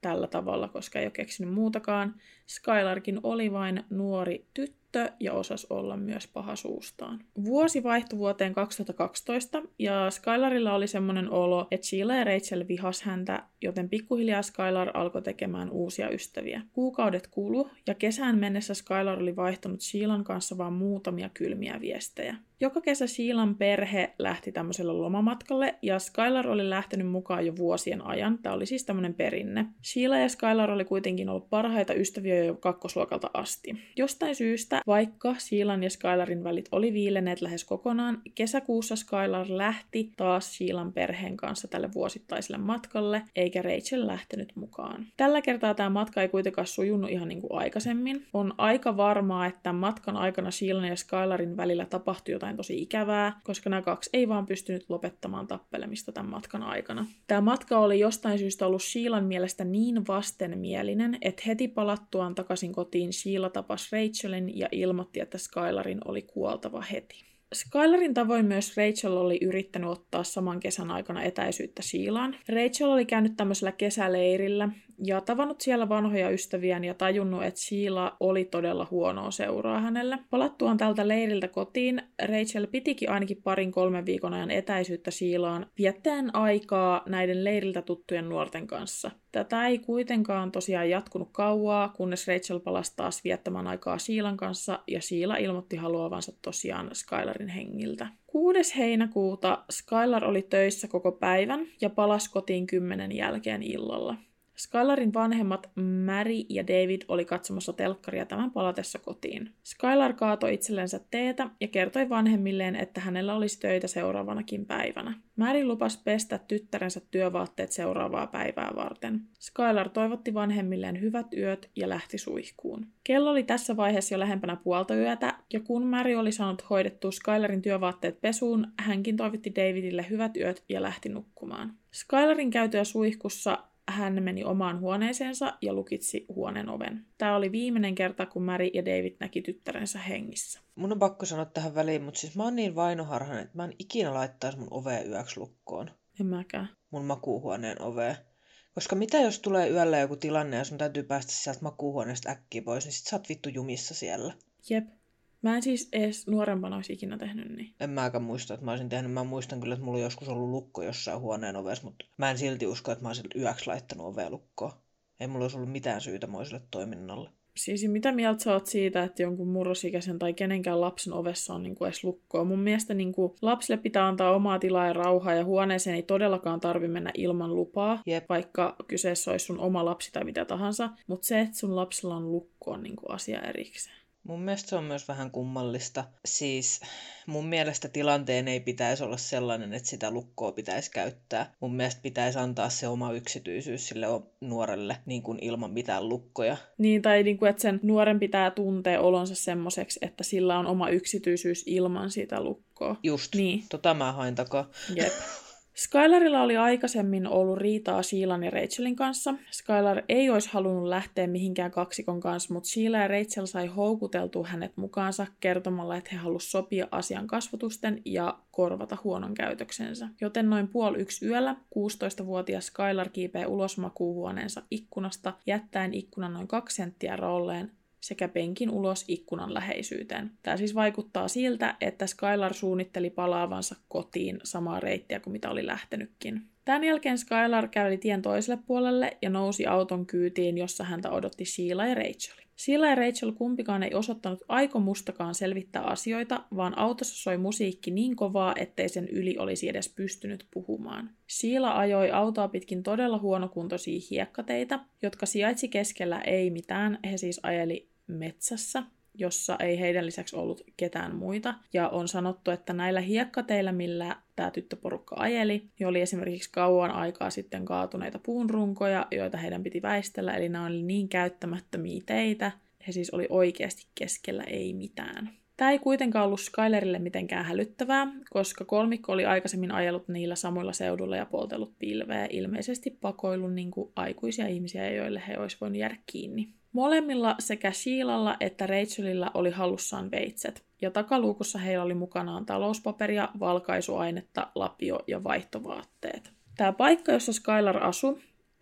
Speaker 2: tällä tavalla, koska ei ole keksinyt muutakaan. Skylarkin oli vain nuori tyttö ja osasi olla myös paha suustaan. Vuosi vaihtui vuoteen 2012 ja Skylarilla oli semmoinen olo, että Sheila ja Rachel vihas häntä, joten pikkuhiljaa Skylar alkoi tekemään uusia ystäviä. Kuukaudet kului ja kesään mennessä Skylar oli vaihtanut Sheilan kanssa vain muutamia kylmiä viestejä. Joka kesä Sheilan perhe lähti tämmöiselle lomamatkalle ja Skylar oli lähtenyt mukaan jo vuosien ajan. Tämä oli siis tämmöinen perinne. Sheila ja Skylar oli kuitenkin ollut parhaita ystäviä jo kakkosluokalta asti. Jostain syystä, vaikka Sheilan ja Skylarin välit oli viileneet lähes kokonaan, kesäkuussa Skylar lähti taas Sheilan perheen kanssa tälle vuosittaiselle matkalle, eikä Rachel lähtenyt mukaan. Tällä kertaa tämä matka ei kuitenkaan sujunut ihan niin kuin aikaisemmin. On aika varmaa, että matkan aikana Sheilan ja Skylarin välillä tapahtui jotain tosi ikävää, koska nämä kaksi ei vaan pystynyt lopettamaan tappelemista tämän matkan aikana. Tämä matka oli jostain syystä ollut Sheilan mielestä niin vastenmielinen, että heti palattuaan takaisin kotiin Sheila tapasi Rachelin ja ilmoitti, että Skylarin oli kuoltava heti. Skylarin tavoin myös Rachel oli yrittänyt ottaa saman kesän aikana etäisyyttä Sheilaan. Rachel oli käynyt tämmöisellä kesäleirillä ja tavannut siellä vanhoja ystäviään ja tajunnut, että Sheila oli todella huonoa seuraa hänelle. Palattuaan tältä leiriltä kotiin, Rachel pitikin ainakin 2-3 viikon ajan etäisyyttä Sheilaan viettäen aikaa näiden leiriltä tuttujen nuorten kanssa. Tätä ei kuitenkaan tosiaan jatkunut kauaa, kunnes Rachel palasi taas viettämään aikaa Sheilan kanssa ja Sheila ilmoitti haluavansa tosiaan Skylarin hengiltä. 6. heinäkuuta Skylar oli töissä koko päivän ja palasi kotiin 10 jälkeen illalla. Skylarin vanhemmat Mary ja David oli katsomassa telkkaria tämän palatessa kotiin. Skylar kaatoi itsellensä teetä ja kertoi vanhemmilleen, että hänellä olisi töitä seuraavanakin päivänä. Mary lupasi pestä tyttärensä työvaatteet seuraavaa päivää varten. Skylar toivotti vanhemmilleen hyvät yöt ja lähti suihkuun. Kello oli tässä vaiheessa jo lähempänä puolta yötä, ja kun Mary oli saanut hoidettua Skylarin työvaatteet pesuun, hänkin toivotti Davidille hyvät yöt ja lähti nukkumaan. Skylarin käytyä suihkussa hän meni omaan huoneeseensa ja lukitsi huoneen oven. Tämä oli viimeinen kerta, kun Mary ja David näki tyttärensä hengissä.
Speaker 3: Mun on pakko sanoa tähän väliin, mutta siis mä oon niin vainoharhainen, että mä en ikinä laittaisi mun ovea yöksi lukkoon.
Speaker 2: En mäkään.
Speaker 3: Mun makuuhuoneen ovea. Koska mitä jos tulee yöllä joku tilanne ja sun täytyy päästä sieltä makuuhuoneesta äkkiä pois, niin sit sä oot vittu jumissa siellä.
Speaker 2: Jep. Mä en siis edes nuorempana olisi ikinä tehnyt niin.
Speaker 3: En mäkään muista, että mä olisin tehnyt. Mä muistan kyllä, että mulla on joskus ollut lukko jossain huoneen ovessa, mutta mä en silti usko, että mä olisin yöksi laittanut ovea lukkoon. Ei mulla olisi ollut mitään syytä moiselle toiminnalle.
Speaker 2: Siis mitä mieltä sä oot siitä, että jonkun murrosikäisen tai kenenkään lapsen ovessa on niinku edes lukkoa? Mun mielestä niinku lapsille pitää antaa omaa tilaa ja rauhaa ja huoneeseen ei todellakaan tarvi mennä ilman lupaa, vaikka kyseessä olisi sun oma lapsi tai mitä tahansa. Mutta se, että sun lapsella on lukko, on niinku asia erikseen.
Speaker 3: Mun mielestä se on myös vähän kummallista. Siis mun mielestä tilanteen ei pitäisi olla sellainen, että sitä lukkoa pitäisi käyttää. Mun mielestä pitäisi antaa se oma yksityisyys sille nuorelle niin kuin ilman mitään lukkoja.
Speaker 2: Niin, tai niin kuin, että sen nuoren pitää tuntea olonsa semmoiseksi, että sillä on oma yksityisyys ilman sitä lukkoa.
Speaker 3: Just,
Speaker 2: niin.
Speaker 3: Mä hain takaa.
Speaker 2: Jep. Skylarilla oli aikaisemmin ollut riitaa Sheilan ja Rachelin kanssa. Skylar ei olisi halunnut lähteä mihinkään kaksikon kanssa, mutta Sheila ja Rachel sai houkuteltua hänet mukaansa kertomalla, että he halusivat sopia asian kasvotusten ja korvata huonon käytöksensä. Joten noin 12:30 yöllä 16-vuotias Skylar kiipee ulos makuuhuoneensa ikkunasta, jättäen ikkunan noin 2 senttiä rolleen sekä penkin ulos ikkunan läheisyyteen. Tämä siis vaikuttaa siltä, että Skylar suunnitteli palaavansa kotiin samaa reittiä kuin mitä oli lähtenytkin. Tämän jälkeen Skylar käveli tien toiselle puolelle ja nousi auton kyytiin, jossa häntä odotti Sheila ja Rachel. Sheila ja Rachel kumpikaan ei osoittanut aikomustakaan selvittää asioita, vaan autossa soi musiikki niin kovaa, ettei sen yli olisi edes pystynyt puhumaan. Sheila ajoi autoa pitkin todella huonokuntoisia hiekkateitä, jotka sijaitsi keskellä ei mitään. He siis ajeli metsässä, jossa ei heidän lisäksi ollut ketään muita. Ja on sanottu, että näillä hiekkateillä, millä tämä tyttöporukka ajeli, niin oli esimerkiksi kauan aikaa sitten kaatuneita puunrunkoja, joita heidän piti väistellä. Eli nämä oli niin käyttämättömiä teitä. He siis oli oikeasti keskellä ei mitään. Tämä ei kuitenkaan ollut Skylarille mitenkään hälyttävää, koska kolmikko oli aikaisemmin ajellut niillä samoilla seuduilla ja poltellut pilveä, ilmeisesti pakoillut niin kuin aikuisia ihmisiä, joille he olisi voinut jäädä kiinni. Molemmilla sekä Sheilalla että Rachelilla oli hallussaan veitset, ja takaluukussa heillä oli mukanaan talouspaperia, valkaisuainetta, lapio ja vaihtovaatteet. Tämä paikka, jossa Skylar asui,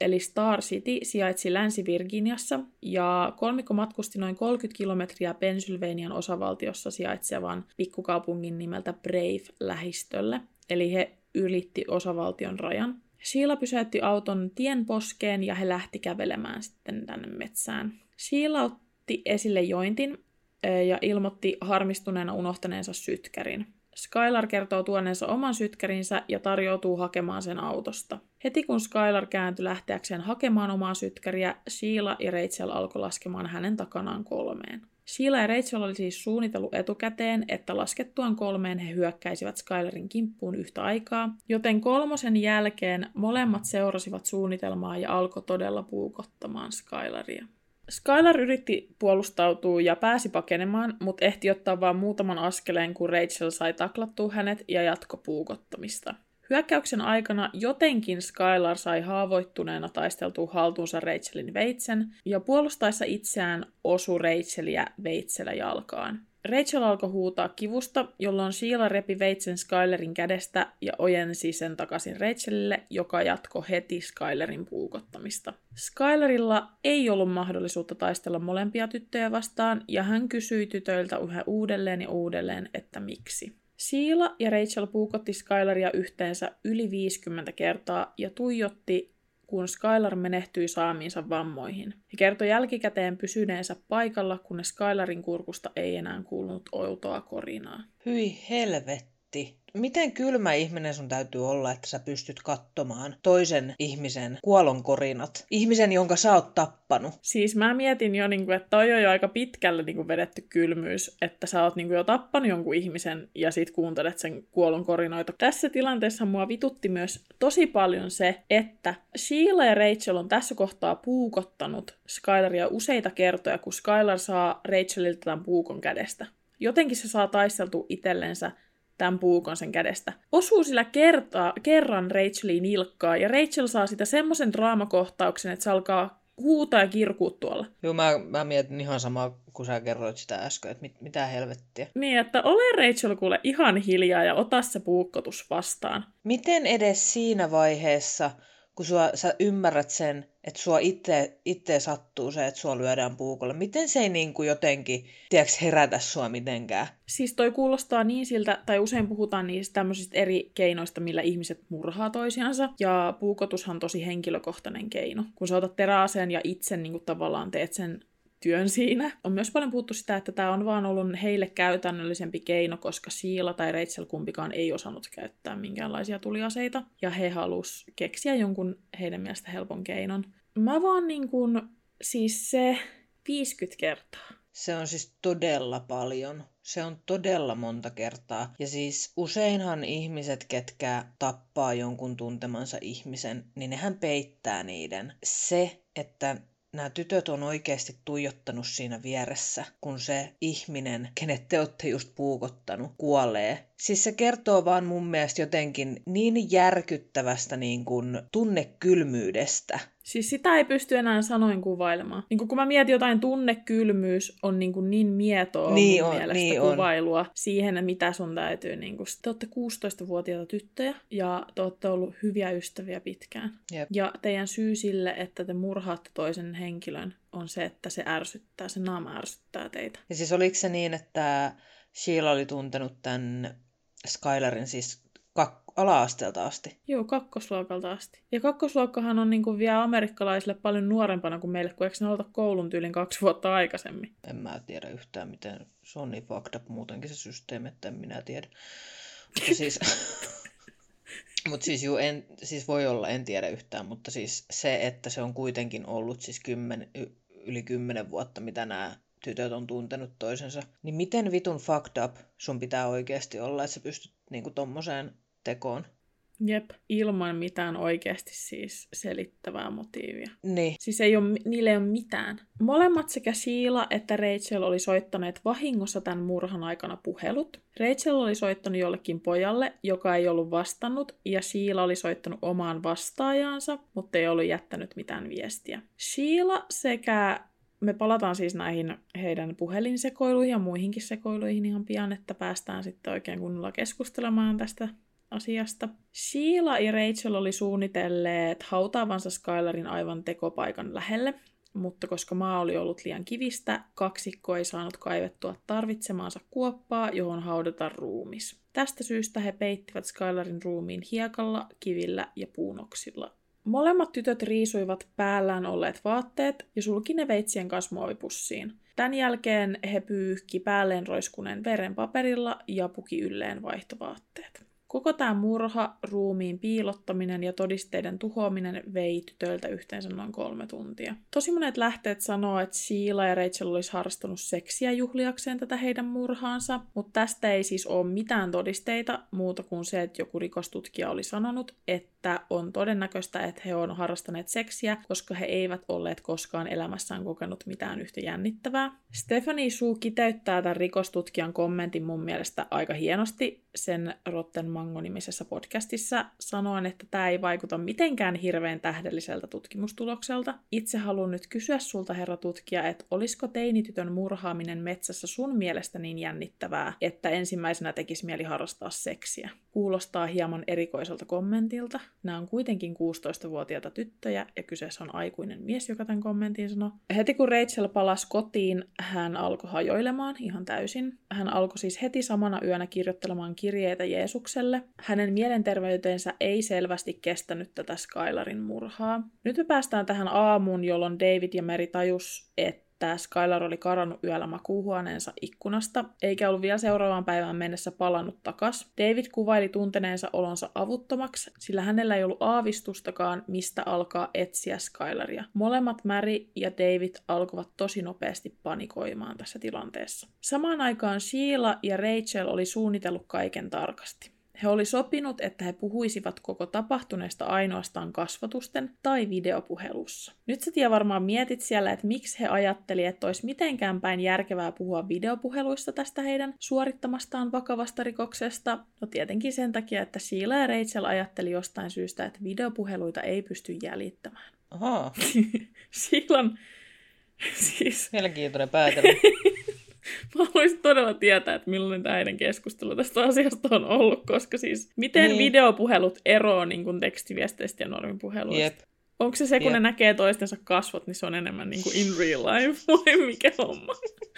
Speaker 2: eli Star City, sijaitsi Länsi-Virginiassa, ja kolmikko matkusti noin 30 kilometriä Pennsylvanian osavaltiossa sijaitsevan pikkukaupungin nimeltä Brave-lähistölle, eli he ylitti osavaltion rajan. Sheila pysäytti auton tien poskeen ja he lähti kävelemään sitten tänne metsään. Sheila otti esille jointin ja ilmoitti harmistuneena unohtaneensa sytkärin. Skylar kertoo tuoneensa oman sytkärinsä ja tarjoutuu hakemaan sen autosta. Heti kun Skylar kääntyi lähteäkseen hakemaan omaa sytkäriä, Sheila ja Rachel alkoi laskemaan hänen takanaan 3. Sheila ja Rachel oli siis suunnitellut etukäteen, että laskettuaan 3 he hyökkäisivät Skylarin kimppuun yhtä aikaa, joten 3 jälkeen molemmat seurasivat suunnitelmaa ja alkoi todella puukottamaan Skylaria. Skylar yritti puolustautua ja pääsi pakenemaan, mutta ehti ottaa vain muutaman askeleen, kun Rachel sai taklattua hänet ja jatkoi puukottamista. Hyökkäyksen aikana jotenkin Skylar sai haavoittuneena taisteltua haltuunsa Rachelin veitsen, ja puolustaessa itseään osui Rachelia veitsellä jalkaan. Rachel alkoi huutaa kivusta, jolloin Sheila repi veitsen Skylarin kädestä ja ojensi sen takaisin Rachelille, joka jatkoi heti Skylarin puukottamista. Skylarilla ei ollut mahdollisuutta taistella molempia tyttöjä vastaan, ja hän kysyi tytöiltä yhä uudelleen ja uudelleen, että miksi. Sheila ja Rachel puukotti Skylaria yhteensä yli 50 kertaa ja tuijotti, kun Skylar menehtyi saamiinsa vammoihin. He kertoi jälkikäteen pysyneensä paikalla, kunnes Skylarin kurkusta ei enää kuulunut outoa korinaa.
Speaker 3: Hyi helvetti. Miten kylmä ihminen sun täytyy olla, että sä pystyt katsomaan toisen ihmisen kuolonkorinat? Ihmisen, jonka sä oot tappanut.
Speaker 2: Siis mä mietin jo, että toi on jo aika pitkälle vedetty kylmyys, että sä oot jo tappanut jonkun ihmisen ja sit kuuntelet sen kuolonkorinoita. Tässä tilanteessa mua vitutti myös tosi paljon se, että Sheila ja Rachel on tässä kohtaa puukottanut Skylaria useita kertoja, kun Skylar saa Rachelilta tämän puukon kädestä. Jotenkin se saa taisteltua itsellensä tämän puukon sen kädestä. Osuu sillä kerran Racheliin nilkkaa, ja Rachel saa sitä semmoisen draamakohtauksen, että se alkaa huutaa ja kirkua tuolla.
Speaker 3: Joo, mä mietin ihan samaa, kun sä kerroit sitä äsken, että mitä helvettiä.
Speaker 2: Niin, että ole Rachel kuule ihan hiljaa ja ota se puukkotus vastaan.
Speaker 3: Miten edes siinä vaiheessa, kun sä ymmärrät sen, että sua itse sattuu se, että sua lyödään puukolle. Miten se ei jotenkin, herätä sua mitenkään?
Speaker 2: Siis toi kuulostaa niin siltä, tai usein puhutaan niistä tämmöisistä eri keinoista, millä ihmiset murhaa toisiansa. Ja puukotushan on tosi henkilökohtainen keino. Kun sä otat teräaseen ja itse tavallaan teet sen työn siinä. On myös paljon puhuttu sitä, että tämä on vaan ollut heille käytännöllisempi keino, koska Sheila tai Rachel kumpikaan ei osannut käyttää minkäänlaisia tuliaseita. Ja he halus keksiä jonkun heidän mielestä helpon keinon. Mä vaan siis se 50 kertaa.
Speaker 3: Se on siis todella paljon. Se on todella monta kertaa. Ja siis useinhan ihmiset, ketkä tappaa jonkun tuntemansa ihmisen, niin nehän peittää niiden. Se, että nämä tytöt on oikeasti tuijottanut siinä vieressä, kun se ihminen, kenet te olette just puukottanut, kuolee. Siis se kertoo vaan mun mielestä jotenkin niin järkyttävästä tunnekylmyydestä.
Speaker 2: Siis sitä ei pysty enää sanoin kuvailemaan. Kun mä mietin jotain tunnekylmyys on niin mietoa mun mielestä kuvailua siihen, mitä sun täytyy. Te olette 16-vuotiaita tyttöjä ja te olette ollut hyviä ystäviä pitkään.
Speaker 3: Jep.
Speaker 2: Ja teidän syy sille, että te murhaatte toisen henkilön, on se, että se naama ärsyttää teitä.
Speaker 3: Ja siis oliko se niin, että Sheila oli tuntenut tämän Skylarin siis ala-asteelta asti?
Speaker 2: Joo, kakkosluokalta asti. Ja kakkosluokkahan on vielä amerikkalaisille paljon nuorempana kuin meille, kun eikö ne aloita koulun tyylin 2 vuotta aikaisemmin?
Speaker 3: En mä tiedä yhtään, miten se on niin fucked up muutenkin se systeemi, että en minä tiedä. Mutta siis, siis voi olla, en tiedä yhtään, mutta siis se, että se on kuitenkin ollut siis yli 10 vuotta, mitä nämä tytöt on tuntenut toisensa, niin miten vitun fucked up sun pitää oikeasti olla, että sä pystyt tommoseen tekoon?
Speaker 2: Jep, ilman mitään oikeasti siis selittävää motiivia.
Speaker 3: Niin.
Speaker 2: Siis niille ei ole mitään. Molemmat sekä Sheila että Rachel oli soittaneet vahingossa tämän murhan aikana puhelut. Rachel oli soittanut jollekin pojalle, joka ei ollut vastannut, ja Sheila oli soittanut omaan vastaajaansa, mutta ei ollut jättänyt mitään viestiä. Sheila sekä me palataan siis näihin heidän puhelinsekoiluihin ja muihinkin sekoiluihin ihan pian, että päästään sitten oikein kunnolla keskustelemaan tästä asiasta. Sheila ja Rachel oli suunnitelleet hautaavansa Skylarin aivan tekopaikan lähelle, mutta koska maa oli ollut liian kivistä, kaksikko ei saanut kaivettua tarvitsemaansa kuoppaa, johon haudata ruumis. Tästä syystä he peittivät Skylarin ruumiin hiekalla, kivillä ja puunoksilla. Molemmat tytöt riisuivat päällään olleet vaatteet ja sulki ne veitsien kanssa muovipussiin. Tämän jälkeen he pyyhki päälleen roiskuneen veren paperilla ja puki ylleen vaihtovaatteet. Koko tämä murha, ruumiin piilottaminen ja todisteiden tuhoaminen vei tytöiltä yhteensä noin 3 tuntia. Tosi monet lähteet sanoo, että Sheila ja Rachel olisi harrastanut seksiä juhliakseen tätä heidän murhaansa, mutta tästä ei siis ole mitään todisteita muuta kuin se, että joku rikostutkija oli sanonut, että on todennäköistä, että he on harrastaneet seksiä, koska he eivät olleet koskaan elämässään kokenut mitään yhtä jännittävää. Stephanie Sue kiteyttää tämän rikostutkijan kommentin mun mielestä aika hienosti sen Rotten Mango-nimisessä podcastissa sanoen, että tämä ei vaikuta mitenkään hirveän tähdelliseltä tutkimustulokselta. Itse haluan nyt kysyä sulta, herra tutkija, että olisiko teinitytön murhaaminen metsässä sun mielestä niin jännittävää, että ensimmäisenä tekisi mieli harrastaa seksiä? Kuulostaa hieman erikoiselta kommentilta. Nämä on kuitenkin 16-vuotiaita tyttöjä ja kyseessä on aikuinen mies, joka tämän kommentin sanoi. Heti kun Rachel palasi kotiin, hän alkoi hajoilemaan ihan täysin. Hän alkoi siis heti samana yönä kirjoittelemaan kirjeitä Jeesukselle. Hänen mielenterveytensä ei selvästi kestänyt tätä Skylarin murhaa. Nyt me päästään tähän aamuun, jolloin David ja Mary tajus, että Skylar oli karannut yöllä makuuhuoneensa ikkunasta, eikä ollut vielä seuraavaan päivään mennessä palannut takas. David kuvaili tunteneensa olonsa avuttomaksi, sillä hänellä ei ollut aavistustakaan, mistä alkaa etsiä Skylaria. Molemmat Mary ja David alkoivat tosi nopeasti panikoimaan tässä tilanteessa. Samaan aikaan Sheila ja Rachel oli suunnitellut kaiken tarkasti. He oli sopinut, että he puhuisivat koko tapahtuneesta ainoastaan kasvatusten tai videopuhelussa. Nyt sä tiedä varmaan mietit siellä, että miksi he ajatteli, että olisi mitenkään päin järkevää puhua videopuheluista tästä heidän suorittamastaan vakavasta rikoksesta. No tietenkin sen takia, että Sheila ja Rachel ajatteli jostain syystä, että videopuheluita ei pysty jäljittämään.
Speaker 3: Ahaa.
Speaker 2: Sheilan... siis...
Speaker 3: Mielenkiintoinen päätelmä.
Speaker 2: Mä haluaisin todella tietää, että millainen tämä heidän keskustelu tästä asiasta on ollut, koska siis miten videopuhelut eroaa niin kuin tekstiviesteistä ja normipuheluista?
Speaker 3: Jep.
Speaker 2: Onko se kun ne näkee toistensa kasvot, niin se on enemmän niin kuin in real life vai mikä homma?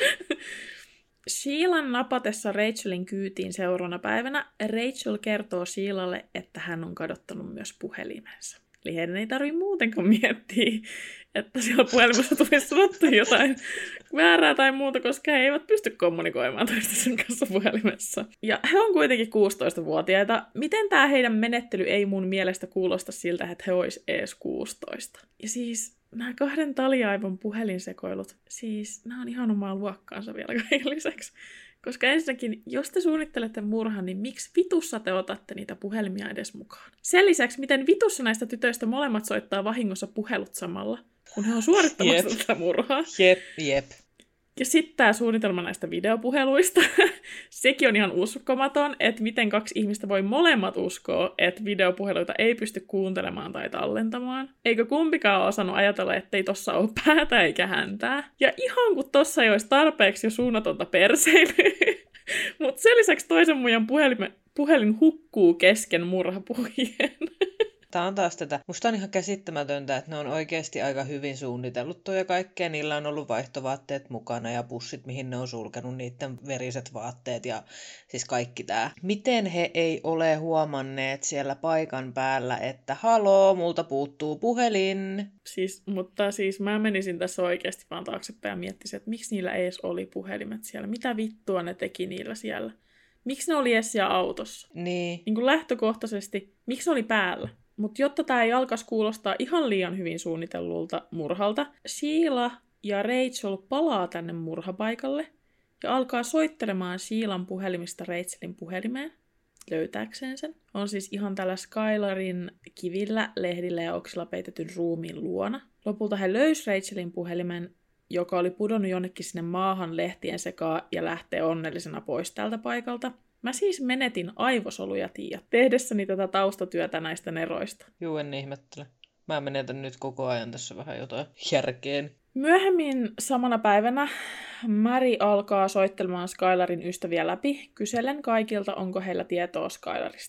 Speaker 2: Sheilan napatessa Rachelin kyytiin seuraavana päivänä Rachel kertoo Sheilalle, että hän on kadottanut myös puhelimensa. Eli heidän ei tarvitse muutenkaan miettiä, että siellä puhelimessa tulisi sanottu jotain väärää tai muuta, koska he eivät pysty kommunikoimaan toistensa kanssa puhelimessa. Ja he on kuitenkin 16-vuotiaita. Miten tämä heidän menettely ei mun mielestä kuulosta siltä, että he olisi ees 16? Ja siis nämä 2 taliaivon puhelinsekoilut, siis nämä on ihan omaa luokkaansa vielä kaiken lisäksi. Koska ensinnäkin, jos te suunnittelette murhan, niin miksi vitussa te otatte niitä puhelimia edes mukaan? Sen lisäksi, miten vitussa näistä tytöistä molemmat soittaa vahingossa puhelut samalla, kun he on suorittamassa tätä murhaa.
Speaker 3: Jep.
Speaker 2: Ja sitten tämä suunnitelma näistä videopuheluista. Sekin on ihan uskomaton, että miten 2 ihmistä voi molemmat uskoa, että videopuheluita ei pysty kuuntelemaan tai tallentamaan. Eikä kumpikaan ole osannut ajatella, ettei tossa ole päätä eikä häntää. Ja ihan kun tossa ei olisi tarpeeksi jo suunnatonta perseilyä. Mutta sen lisäksi toisen muijan puhelin hukkuu kesken murhapuhujien.
Speaker 3: Tämä on taas tätä. Musta on ihan käsittämätöntä, että ne on oikeasti aika hyvin suunnitellut ja kaikkea. Niillä on ollut vaihtovaatteet mukana ja pussit, mihin ne on sulkenut niiden veriset vaatteet ja siis kaikki tämä. Miten he ei ole huomanneet siellä paikan päällä, että haloo, multa puuttuu puhelin?
Speaker 2: Mutta mä menisin tässä oikeasti vaan taaksepäin ja miettisin, että miksi niillä edes oli puhelimet siellä. Mitä vittua ne teki niillä siellä? Miksi ne oli edes siellä autossa?
Speaker 3: Niin
Speaker 2: kuin lähtökohtaisesti, miksi ne oli päällä? Mutta jotta tämä ei alkaisi kuulostaa ihan liian hyvin suunnitellulta murhalta, Sheila ja Rachel palaa tänne murhapaikalle ja alkaa soittelemaan Sheilan puhelimista Rachelin puhelimeen löytääkseen sen. On siis ihan tällä Skylarin kivillä, lehdillä ja oksilla peitetyn ruumiin luona. Lopulta he löysi Rachelin puhelimen, joka oli pudonnut jonnekin sinne maahan lehtien sekaan ja lähtee onnellisena pois tältä paikalta. Mä siis menetin aivosoluja, Tiia, tehdessäni tätä taustatyötä näistä neroista.
Speaker 3: Juu, en ihmettele. Mä menetän nyt koko ajan tässä vähän jotain järkeen.
Speaker 2: Myöhemmin samana päivänä Mary alkaa soittelemaan Skylarin ystäviä läpi, kysellen kaikilta, onko heillä tietoa Skylarista.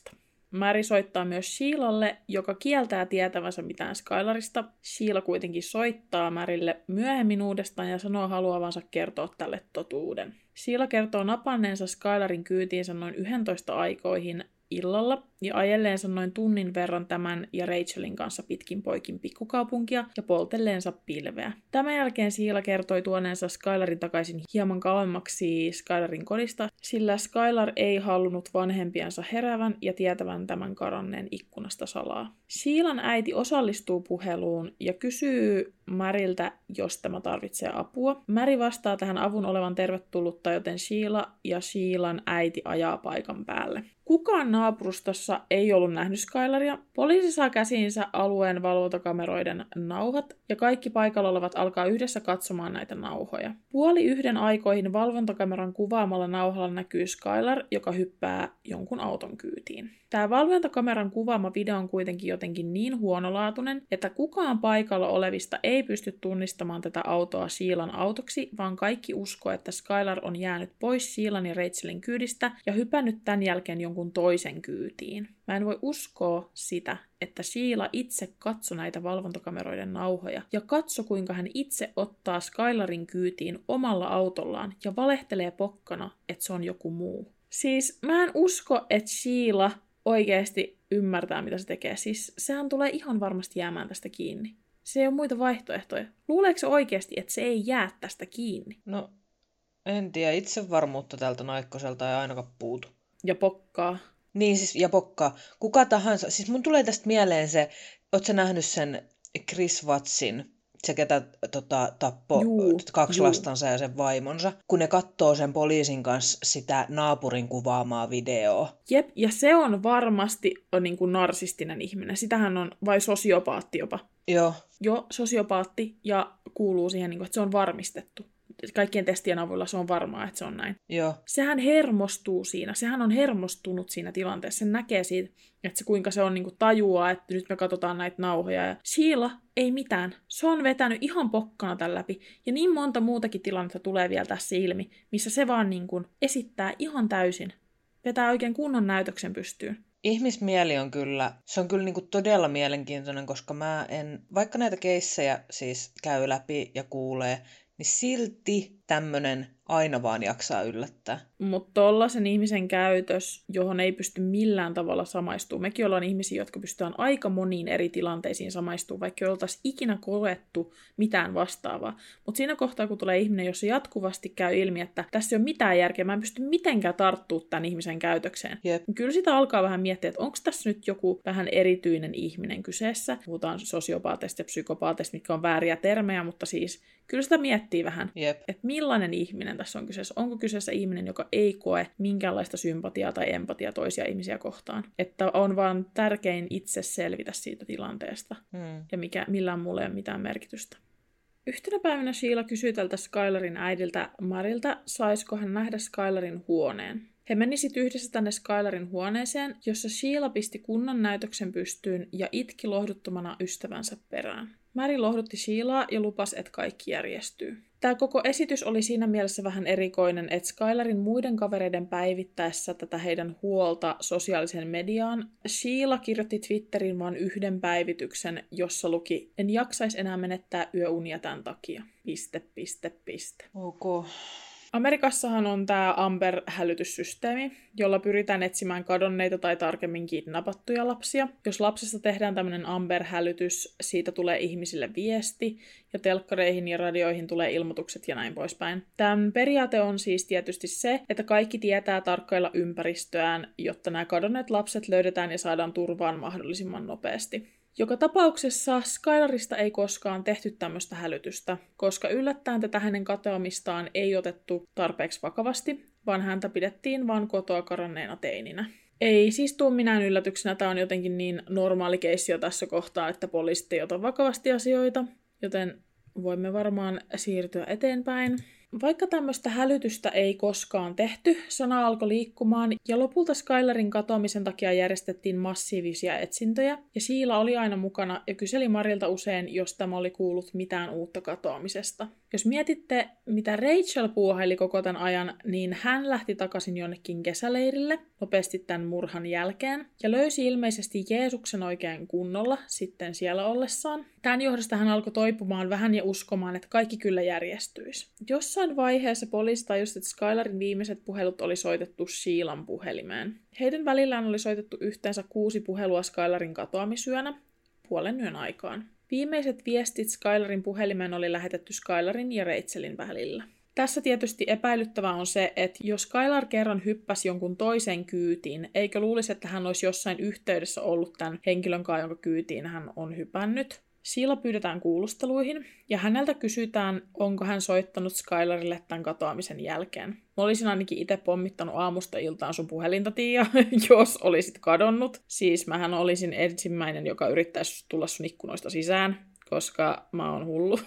Speaker 2: Mary soittaa myös Sheilalle, joka kieltää tietävänsä mitään Skylarista. Sheila kuitenkin soittaa Marylle myöhemmin uudestaan ja sanoo haluavansa kertoa tälle totuuden. Sheila kertoo napanneensa Skylarin kyytiinsä noin 11 aikoihin illalla ja ajelleensa noin tunnin verran tämän ja Rachelin kanssa pitkin poikin pikkukaupunkia ja poltelleensa pilveä. Tämän jälkeen Sheila kertoi tuoneensa Skylarin takaisin hieman kauemmaksi Skylarin kodista, sillä Skylar ei halunnut vanhempiensa heräävän ja tietävän tämän karanneen ikkunasta salaa. Sheilan äiti osallistuu puheluun ja kysyy Maryltä, jos tämä tarvitsee apua. Mary vastaa tähän avun olevan tervetullutta, joten Sheila ja Sheilan äiti ajaa paikan päälle. Kukaan naapurustossa ei ollut nähnyt Skylaria. Poliisi saa käsiinsä alueen valvontakameroiden nauhat ja kaikki paikalla olevat alkaa yhdessä katsomaan näitä nauhoja. 12:30 aikoihin valvontakameran kuvaamalla nauhalla näkyy Skylar, joka hyppää jonkun auton kyytiin. Tämä valvontakameran kuvaama video on kuitenkin jotenkin niin huonolaatuinen, että kukaan paikalla olevista ei pysty tunnistamaan tätä autoa Sheilan autoksi, vaan kaikki uskoo, että Skylar on jäänyt pois Sheilan ja Rachelin kyydistä ja hypännyt tämän jälkeen jonkun toisen kyytiin. Mä en voi uskoa sitä, että Sheila itse katsoi näitä valvontakameroiden nauhoja ja katso kuinka hän itse ottaa Skylarin kyytiin omalla autollaan ja valehtelee pokkana, että se on joku muu. Siis mä en usko, että Sheila oikeasti ymmärtää, mitä se tekee. Siis sehän tulee ihan varmasti jäämään tästä kiinni. Se ei ole muita vaihtoehtoja. Luuleeko se oikeasti, että se ei jää tästä kiinni?
Speaker 3: No, en tiedä. Itsevarmuutta tältä naikkoselta ei ainakaan puutu.
Speaker 2: Ja pokkaa.
Speaker 3: Niin siis, ja pokkaa. Kuka tahansa. Siis mun tulee tästä mieleen se, ootko sä nähnyt sen Chris Wattsin, se ketä tappoi kaksi lastansa ja sen vaimonsa, kun ne katsoo sen poliisin kanssa sitä naapurin kuvaamaa videoa.
Speaker 2: Jep, ja se on varmasti niin kuin narsistinen ihminen. Sitähän on, vai sosiopaatti jopa.
Speaker 3: Joo.
Speaker 2: Joo, sosiopaatti, ja kuuluu siihen, että se on varmistettu. Kaikkien testien avulla se on varmaa, että se on näin.
Speaker 3: Joo.
Speaker 2: Sehän hermostuu siinä. Sehän on hermostunut siinä tilanteessa. Se näkee siitä, että se kuinka se on niinku tajuaa, että nyt me katsotaan näitä nauhoja. Ja Sheila ei mitään. Se on vetänyt ihan pokkana tämän läpi. Ja niin monta muutakin tilannetta tulee vielä tässä ilmi, missä se vaan niinku esittää ihan täysin. Vetää oikein kunnon näytöksen pystyyn.
Speaker 3: Ihmismieli on kyllä, se on kyllä niinku todella mielenkiintoinen, koska vaikka näitä keissejä siis käy läpi ja kuulee, niin silti tämmönen aina vaan jaksaa yllättää.
Speaker 2: Mutta tollasen ihmisen käytös, johon ei pysty millään tavalla samaistumaan. Mekin ollaan ihmisiä, jotka pystytään aika moniin eri tilanteisiin samaistumaan, vaikka ei oltaisi ikinä koettu mitään vastaavaa. Mutta siinä kohtaa, kun tulee ihminen, jossa jatkuvasti käy ilmi, että tässä ei ole mitään järkeä, mä en pysty mitenkään tarttumaan tämän ihmisen käytökseen.
Speaker 3: Yep.
Speaker 2: Niin kyllä sitä alkaa vähän miettiä, että onko tässä nyt joku vähän erityinen ihminen kyseessä. Puhutaan sosiopaateista ja psykopaateista, mitkä on vääriä termejä, mutta siis kyllä sitä miettii vähän,
Speaker 3: Yep.
Speaker 2: että millainen ihminen tässä on kyseessä. Onko kyseessä ihminen, joka ei koe minkäänlaista sympatiaa tai empatiaa toisia ihmisiä kohtaan. Että on vaan tärkein itse selvitä siitä tilanteesta. Ja millään muulla ei ole mitään merkitystä. Yhtenä päivänä Sheila kysyy tältä Skylarin äidiltä Maryltä, saisiko hän nähdä Skylarin huoneen. He meni sitten yhdessä tänne Skylarin huoneeseen, jossa Sheila pisti kunnon näytöksen pystyyn ja itki lohduttomana ystävänsä perään. Mary lohdutti Sheilaa ja lupasi, että kaikki järjestyy. Tämä koko esitys oli siinä mielessä vähän erikoinen, että Skylarin muiden kavereiden päivittäessä tätä heidän huolta sosiaaliseen mediaan, Sheila kirjoitti Twitterin vain yhden päivityksen, jossa luki, en jaksaisi enää menettää yöunia tämän takia. ...
Speaker 3: Ok.
Speaker 2: Amerikassahan on tämä Amber-hälytyssysteemi, jolla pyritään etsimään kadonneita tai tarkemmin kidnappattuja lapsia. Jos lapsesta tehdään tämmöinen Amber-hälytys, siitä tulee ihmisille viesti, ja telkkareihin ja radioihin tulee ilmoitukset ja näin poispäin. Tämän periaate on siis tietysti se, että kaikki tietää tarkkailla ympäristöään, jotta nämä kadonneet lapset löydetään ja saadaan turvaan mahdollisimman nopeasti. Joka tapauksessa Skylarista ei koskaan tehty tämmöistä hälytystä, koska yllättäen tätä hänen katoamistaan ei otettu tarpeeksi vakavasti, vaan häntä pidettiin vaan kotoa karanneena teininä. Ei siis tule minään yllätyksenä, tämä on jotenkin niin normaali keissi jo tässä kohtaa, että poliisit ei ota vakavasti asioita, joten voimme varmaan siirtyä eteenpäin. Vaikka tämmöistä hälytystä ei koskaan tehty, sana alkoi liikkumaan ja lopulta Skylarin katoamisen takia järjestettiin massiivisia etsintöjä ja Sheila oli aina mukana ja kyseli Marilta usein, jos tämä oli kuullut mitään uutta katoamisesta. Jos mietitte, mitä Rachel puuhaili koko tämän ajan, niin hän lähti takaisin jonnekin kesäleirille nopeasti tämän murhan jälkeen ja löysi ilmeisesti Jeesuksen oikein kunnolla sitten siellä ollessaan. Tämän johdosta hän alkoi toipumaan vähän ja uskomaan, että kaikki kyllä järjestyisi. Jossain vaiheessa poliisi tajusi, että Skylarin viimeiset puhelut oli soitettu Sheilan puhelimeen. Heidän välillään oli soitettu yhteensä 6 puhelua Skylarin katoamisyönä puolen yön aikaan. Viimeiset viestit Skylarin puhelimeen oli lähetetty Skylarin ja Rachelin välillä. Tässä tietysti epäilyttävää on se, että jos Skylar kerran hyppäsi jonkun toisen kyytiin, eikö luulisi, että hän olisi jossain yhteydessä ollut tämän henkilön kanssa, jonka kyytiin hän on hypännyt. Sheila pyydetään kuulusteluihin, ja häneltä kysytään, onko hän soittanut Skylarille tämän katoamisen jälkeen. Mä olisin ainakin itse pommittanut aamusta iltaan sun puhelinta, Tiia, jos olisit kadonnut. Siis mähän olisin ensimmäinen, joka yrittäisi tulla sun ikkunoista sisään, koska mä oon hullu.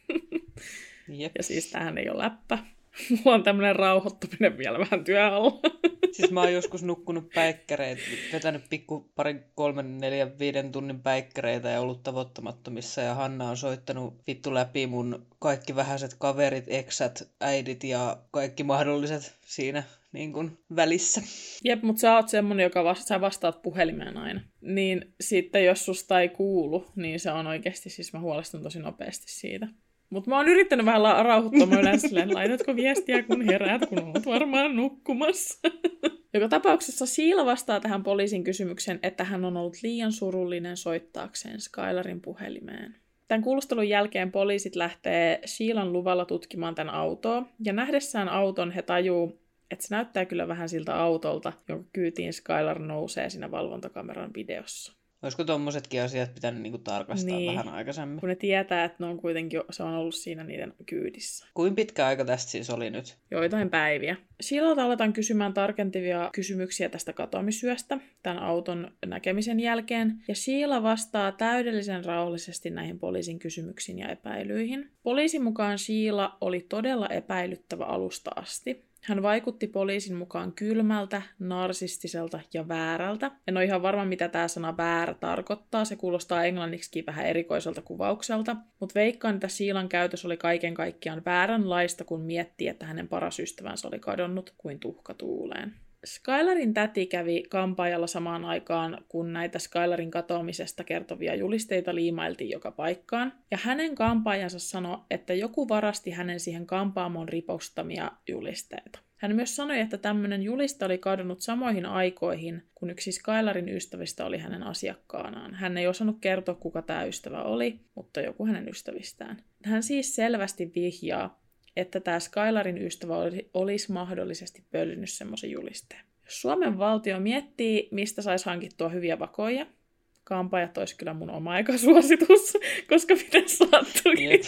Speaker 3: Jep.
Speaker 2: Ja siis tämähän ei ole läppä. Mulla on tämmönen rauhoittuminen vielä vähän työalla.
Speaker 3: Siis mä oon joskus nukkunut päikkäreitä, vetänyt pikku 3, 4, 5 tunnin päikkäreitä ja ollut tavoittamattomissa. Ja Hanna on soittanut vittu läpi mun kaikki vähäiset kaverit, eksät, äidit ja kaikki mahdolliset siinä niin kuin välissä.
Speaker 2: Jep, mutta sä oot semmonen, joka sä vastaat puhelimeen aina. Niin sitten jos susta ei kuulu, niin se on oikeasti, siis mä huolestun tosi nopeasti siitä. Mutta mä oon yrittänyt vähän rauhoittaa yleensä silleen, laitatko viestiä kun heräät, kun olet varmaan nukkumassa. Joka tapauksessa Sheila vastaa tähän poliisin kysymykseen, että hän on ollut liian surullinen soittaakseen Skylarin puhelimeen. Tämän kuulustelun jälkeen poliisit lähtee Sheilan luvalla tutkimaan tämän autoa, ja nähdessään auton he tajuu, että se näyttää kyllä vähän siltä autolta, jonka kyytiin Skylar nousee siinä valvontakameran videossa.
Speaker 3: Olisiko tommosetkin asiat pitänyt niinku tarkastaa
Speaker 2: niin,
Speaker 3: vähän aikaisemmin?
Speaker 2: Kun ne tietää, että ne on kuitenkin, se on ollut siinä niiden kyydissä.
Speaker 3: Kuinka pitkä aika tästä siis oli nyt?
Speaker 2: Joitain päiviä. Sheilalta aletaan kysymään tarkentavia kysymyksiä tästä katoamisyöstä tämän auton näkemisen jälkeen. Ja Sheila vastaa täydellisen rauhallisesti näihin poliisin kysymyksiin ja epäilyihin. Poliisin mukaan Sheila oli todella epäilyttävä alusta asti. Hän vaikutti poliisin mukaan kylmältä, narsistiselta ja väärältä. En ole ihan varma, mitä tämä sana väärä tarkoittaa. Se kuulostaa englanniksi vähän erikoiselta kuvaukselta. Mutta veikkaan, että Sheilan käytös oli kaiken kaikkiaan vääränlaista, kun miettii, että hänen paras ystävänsä oli kadonnut kuin tuhka tuuleen. Skylarin täti kävi kampaajalla samaan aikaan, kun näitä Skylarin katoamisesta kertovia julisteita liimailtiin joka paikkaan. Ja hänen kampaajansa sanoi, että joku varasti hänen siihen kampaamon ripostamia julisteita. Hän myös sanoi, että tämmöinen juliste oli kadonnut samoihin aikoihin, kun yksi Skylarin ystävistä oli hänen asiakkaanaan. Hän ei osannut kertoa, kuka tämä ystävä oli, mutta joku hänen ystävistään. Hän siis selvästi vihjaa, että tämä Skylarin ystävä olisi mahdollisesti pöllinyt semmoisen julisteen. Jos Suomen valtio miettii, mistä saisi hankittua hyviä vakoja, kampaajat olisi kyllä mun oma aikasuositus, koska miten sattuikin.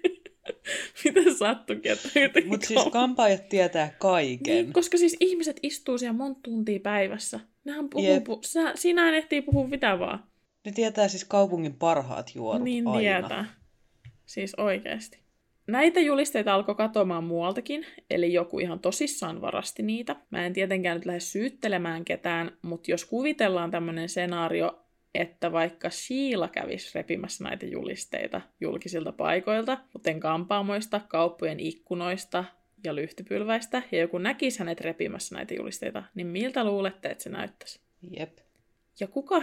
Speaker 2: Miten sattuikin, että
Speaker 3: mutta siis kampaajat tietää kaiken.
Speaker 2: Niin, koska siis ihmiset istuu siellä monta tuntia päivässä. Nehän puhuu, sinä ehtii puhua mitä vaan.
Speaker 3: Ne tietää siis kaupungin parhaat juodut
Speaker 2: niin
Speaker 3: aina.
Speaker 2: Tietää. Siis oikeasti. Näitä julisteita alkoi katoamaan muualtakin, eli joku ihan tosissaan varasti niitä. Mä en tietenkään nyt lähde syyttelemään ketään, mutta jos kuvitellaan tämmöinen skenaario, että vaikka Sheila kävisi repimässä näitä julisteita julkisilta paikoilta, kuten kampaamoista, kauppojen ikkunoista ja lyhtypylväistä, ja joku näkisi hänet repimässä näitä julisteita, niin miltä luulette, että se näyttäisi?
Speaker 3: Jep.
Speaker 2: Ja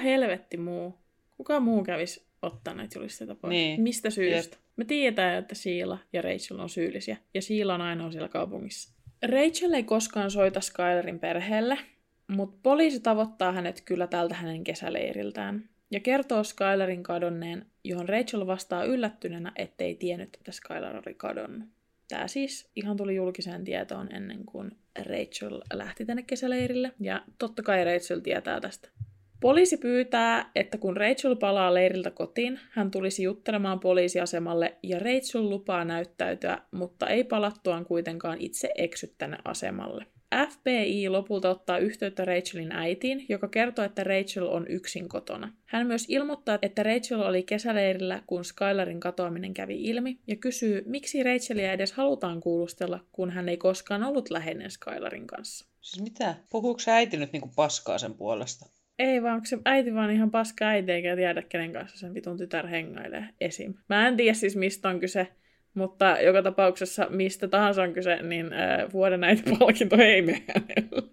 Speaker 2: kuka muu kävisi ottaa näitä julisteita pois?
Speaker 3: Niin.
Speaker 2: Mistä syystä?
Speaker 3: Jep.
Speaker 2: Me tiedetään, että Sheila ja Rachel on syyllisiä, ja Sheila on ainoa siellä kaupungissa. Rachel ei koskaan soita Skylarin perheelle, mutta poliisi tavoittaa hänet kyllä tältä hänen kesäleiriltään ja kertoo Skylarin kadonneen, johon Rachel vastaa yllättyneenä, ettei tiennyt, että Skylar oli kadonnut. Tämä siis ihan tuli julkiseen tietoon ennen kuin Rachel lähti tänne kesäleirille, ja totta kai Rachel tietää tästä. Poliisi pyytää, että kun Rachel palaa leiriltä kotiin, hän tulisi juttelemaan poliisiasemalle ja Rachel lupaa näyttäytyä, mutta ei palattuaan kuitenkaan itse eksy tänne asemalle. FBI lopulta ottaa yhteyttä Rachelin äitiin, joka kertoo, että Rachel on yksin kotona. Hän myös ilmoittaa, että Rachel oli kesäleirillä, kun Skylarin katoaminen kävi ilmi, ja kysyy, miksi Rachelia edes halutaan kuulustella, kun hän ei koskaan ollut läheinen Skylarin kanssa.
Speaker 3: Siis mitä? Puhuuko se äiti nyt niinku paskaa sen puolesta?
Speaker 2: Ei vaan, onko se äiti vaan ihan paska äiti, eikä tiedä, kenen kanssa sen vitun tytär hengailee esim. Mä en tiedä siis, mistä on kyse, mutta joka tapauksessa mistä tahansa on kyse, niin vuoden äitipalkinto ei mene hänelle.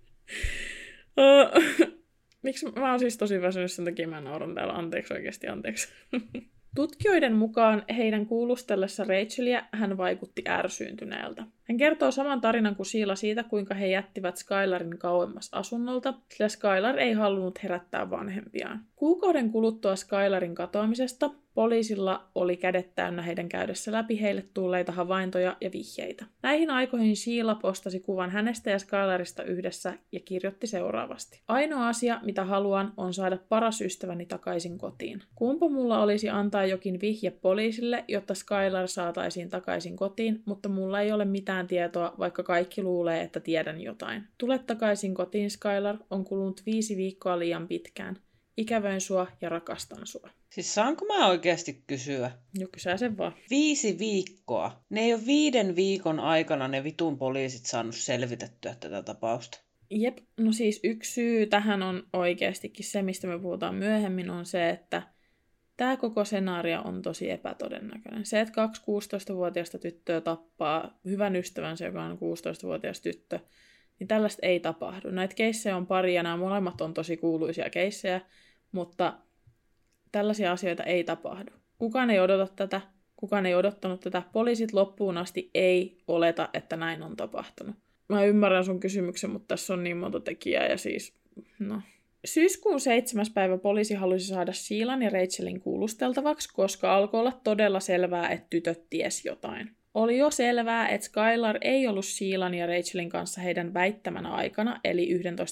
Speaker 2: Miksi mä oon siis tosi väsynyt, sen takia mä nauran täällä. Anteeksi. Tutkijoiden mukaan heidän kuulustellessa Rachelia hän vaikutti ärsyyntyneeltä. Hän kertoo saman tarinan kuin Sheila siitä, kuinka he jättivät Skylarin kauemmas asunnolta, sillä Skylar ei halunnut herättää vanhempiaan. Kuukauden kuluttua Skylarin katoamisesta poliisilla oli kädet täynnä heidän käydessä läpi heille tulleita havaintoja ja vihjeitä. Näihin aikoihin Sheila postasi kuvan hänestä ja Skylarista yhdessä ja kirjoitti seuraavasti. Ainoa asia, mitä haluan, on saada paras ystäväni takaisin kotiin. Kumpa mulla olisi antaa jokin vihje poliisille, jotta Skylar saataisiin takaisin kotiin, mutta mulla ei ole mitään tietoa, vaikka kaikki luulee, että tiedän jotain. Tule takaisin kotiin, Skylar, on kulunut 5 viikkoa liian pitkään. Ikävöin sua ja rakastan sua.
Speaker 3: Siis saanko mä oikeasti kysyä?
Speaker 2: Jo kysää sen vaan.
Speaker 3: 5 viikkoa. Ne ei ole 5 viikon aikana ne vitun poliisit saanut selvitettyä tätä tapausta.
Speaker 2: Jep, no siis yksi syy tähän on oikeastikin se, mistä me puhutaan myöhemmin, on se, että tämä koko skenaario on tosi epätodennäköinen. Se, että 2 16-vuotiaista tyttöä tappaa hyvän ystävänsä, joka on 16-vuotias tyttö, niin tällaista ei tapahdu. Näitä keissejä on pari ja nämä molemmat on tosi kuuluisia keissejä, mutta tällaisia asioita ei tapahdu. Kukaan ei odota tätä, kukaan ei odottanut tätä. Poliisit loppuun asti ei oleta, että näin on tapahtunut. Mä ymmärrän sun kysymyksen, mutta tässä on niin monta tekijää ja siis, no. Syyskuun 7. päivä poliisi halusi saada Sheilan ja Rachelin kuulusteltavaksi, koska alkoi olla todella selvää, että tytöt ties jotain. Oli jo selvää, että Skylar ei ollut Sheilan ja Rachelin kanssa heidän väittämänä aikana, eli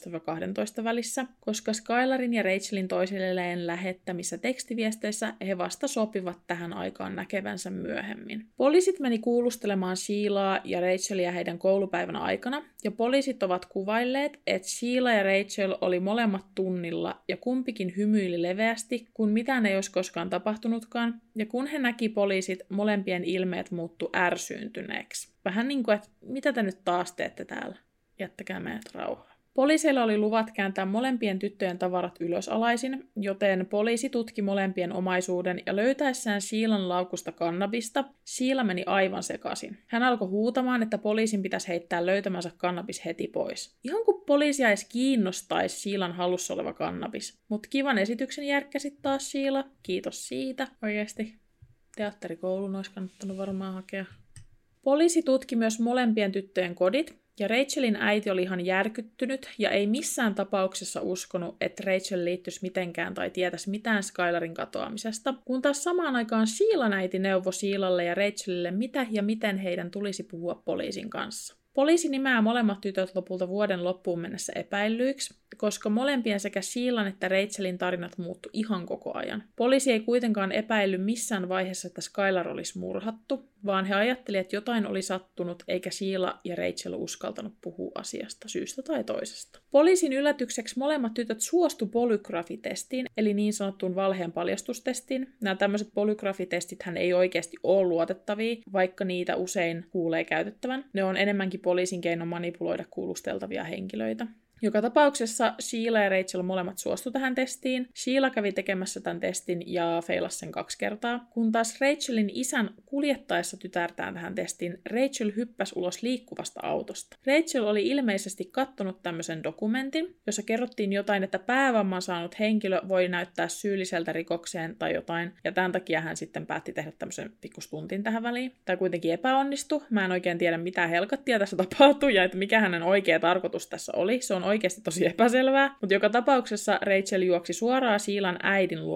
Speaker 2: 11-12 välissä, koska Skylarin ja Rachelin toisilleen lähettämissä tekstiviesteissä he vasta sopivat tähän aikaan näkevänsä myöhemmin. Poliisit meni kuulustelemaan Sheilaa ja Rachelia heidän koulupäivänä aikana, ja poliisit ovat kuvailleet, että Sheila ja Rachel oli molemmat tunnilla, ja kumpikin hymyili leveästi, kun mitään ei olisi koskaan tapahtunutkaan, ja kun he näki poliisit, molempien ilmeet muuttu ärsyyntyneeksi. Vähän niin kuin, että mitä te nyt taas teette täällä? Jättäkää meidät rauhaan. Poliiseilla oli luvat kääntää molempien tyttöjen tavarat ylösalaisin, joten poliisi tutki molempien omaisuuden ja löytäessään Sheilan laukusta kannabista, Sheila meni aivan sekaisin. Hän alkoi huutamaan, että poliisin pitäisi heittää löytämänsä kannabis heti pois. Ihan kuin poliisia edes kiinnostaisi Sheilan hallussa oleva kannabis. Mutta kivan esityksen järkkäsit taas Sheila. Kiitos siitä. Oikeasti. Teatterikoulun olisi kannattanut varmaan hakea. Poliisi tutki myös molempien tyttöjen kodit, ja Rachelin äiti oli ihan järkyttynyt ja ei missään tapauksessa uskonut, että Rachel liittyisi mitenkään tai tietäisi mitään Skylarin katoamisesta, kun taas samaan aikaan Sheilan äiti neuvoi Sheilalle ja Rachelille, mitä ja miten heidän tulisi puhua poliisin kanssa. Poliisi nimeää molemmat tytöt lopulta vuoden loppuun mennessä epäillyiksi, koska molempien sekä Sheilan että Rachelin tarinat muuttu ihan koko ajan. Poliisi ei kuitenkaan epäilly missään vaiheessa, että Skylar olisi murhattu, vaan he ajattelivat, että jotain oli sattunut, eikä Sheila ja Rachel uskaltanut puhua asiasta syystä tai toisesta. Poliisin yllätykseksi molemmat tytöt suostu polygrafitestiin, eli niin sanottuun valheen paljastustestiin. Nämä tämmöiset polygrafitestithän ei oikeasti ole luotettavia, vaikka niitä usein kuulee käytettävän. Ne on enemmänkin poliisin keino manipuloida kuulusteltavia henkilöitä. Joka tapauksessa Sheila ja Rachel molemmat suostu tähän testiin. Sheila kävi tekemässä tämän testin ja feilasi sen 2 kertaa. Kun taas Rachelin isän kuljettaessa tytärtään tähän testiin, Rachel hyppäsi ulos liikkuvasta autosta. Rachel oli ilmeisesti kattonut tämmöisen dokumentin, jossa kerrottiin jotain, että päävamman saanut henkilö voi näyttää syylliseltä rikokseen tai jotain, ja tämän takia hän sitten päätti tehdä tämmöisen pikkustuntin tähän väliin. Tämä kuitenkin epäonnistui. Mä en oikein tiedä, mitä helkattia tässä tapahtui ja että mikä hänen oikea tarkoitus tässä oli. Se on oikeasti tosi epäselvää, mutta joka tapauksessa Rachel juoksi suoraan Sheilan äidin luo,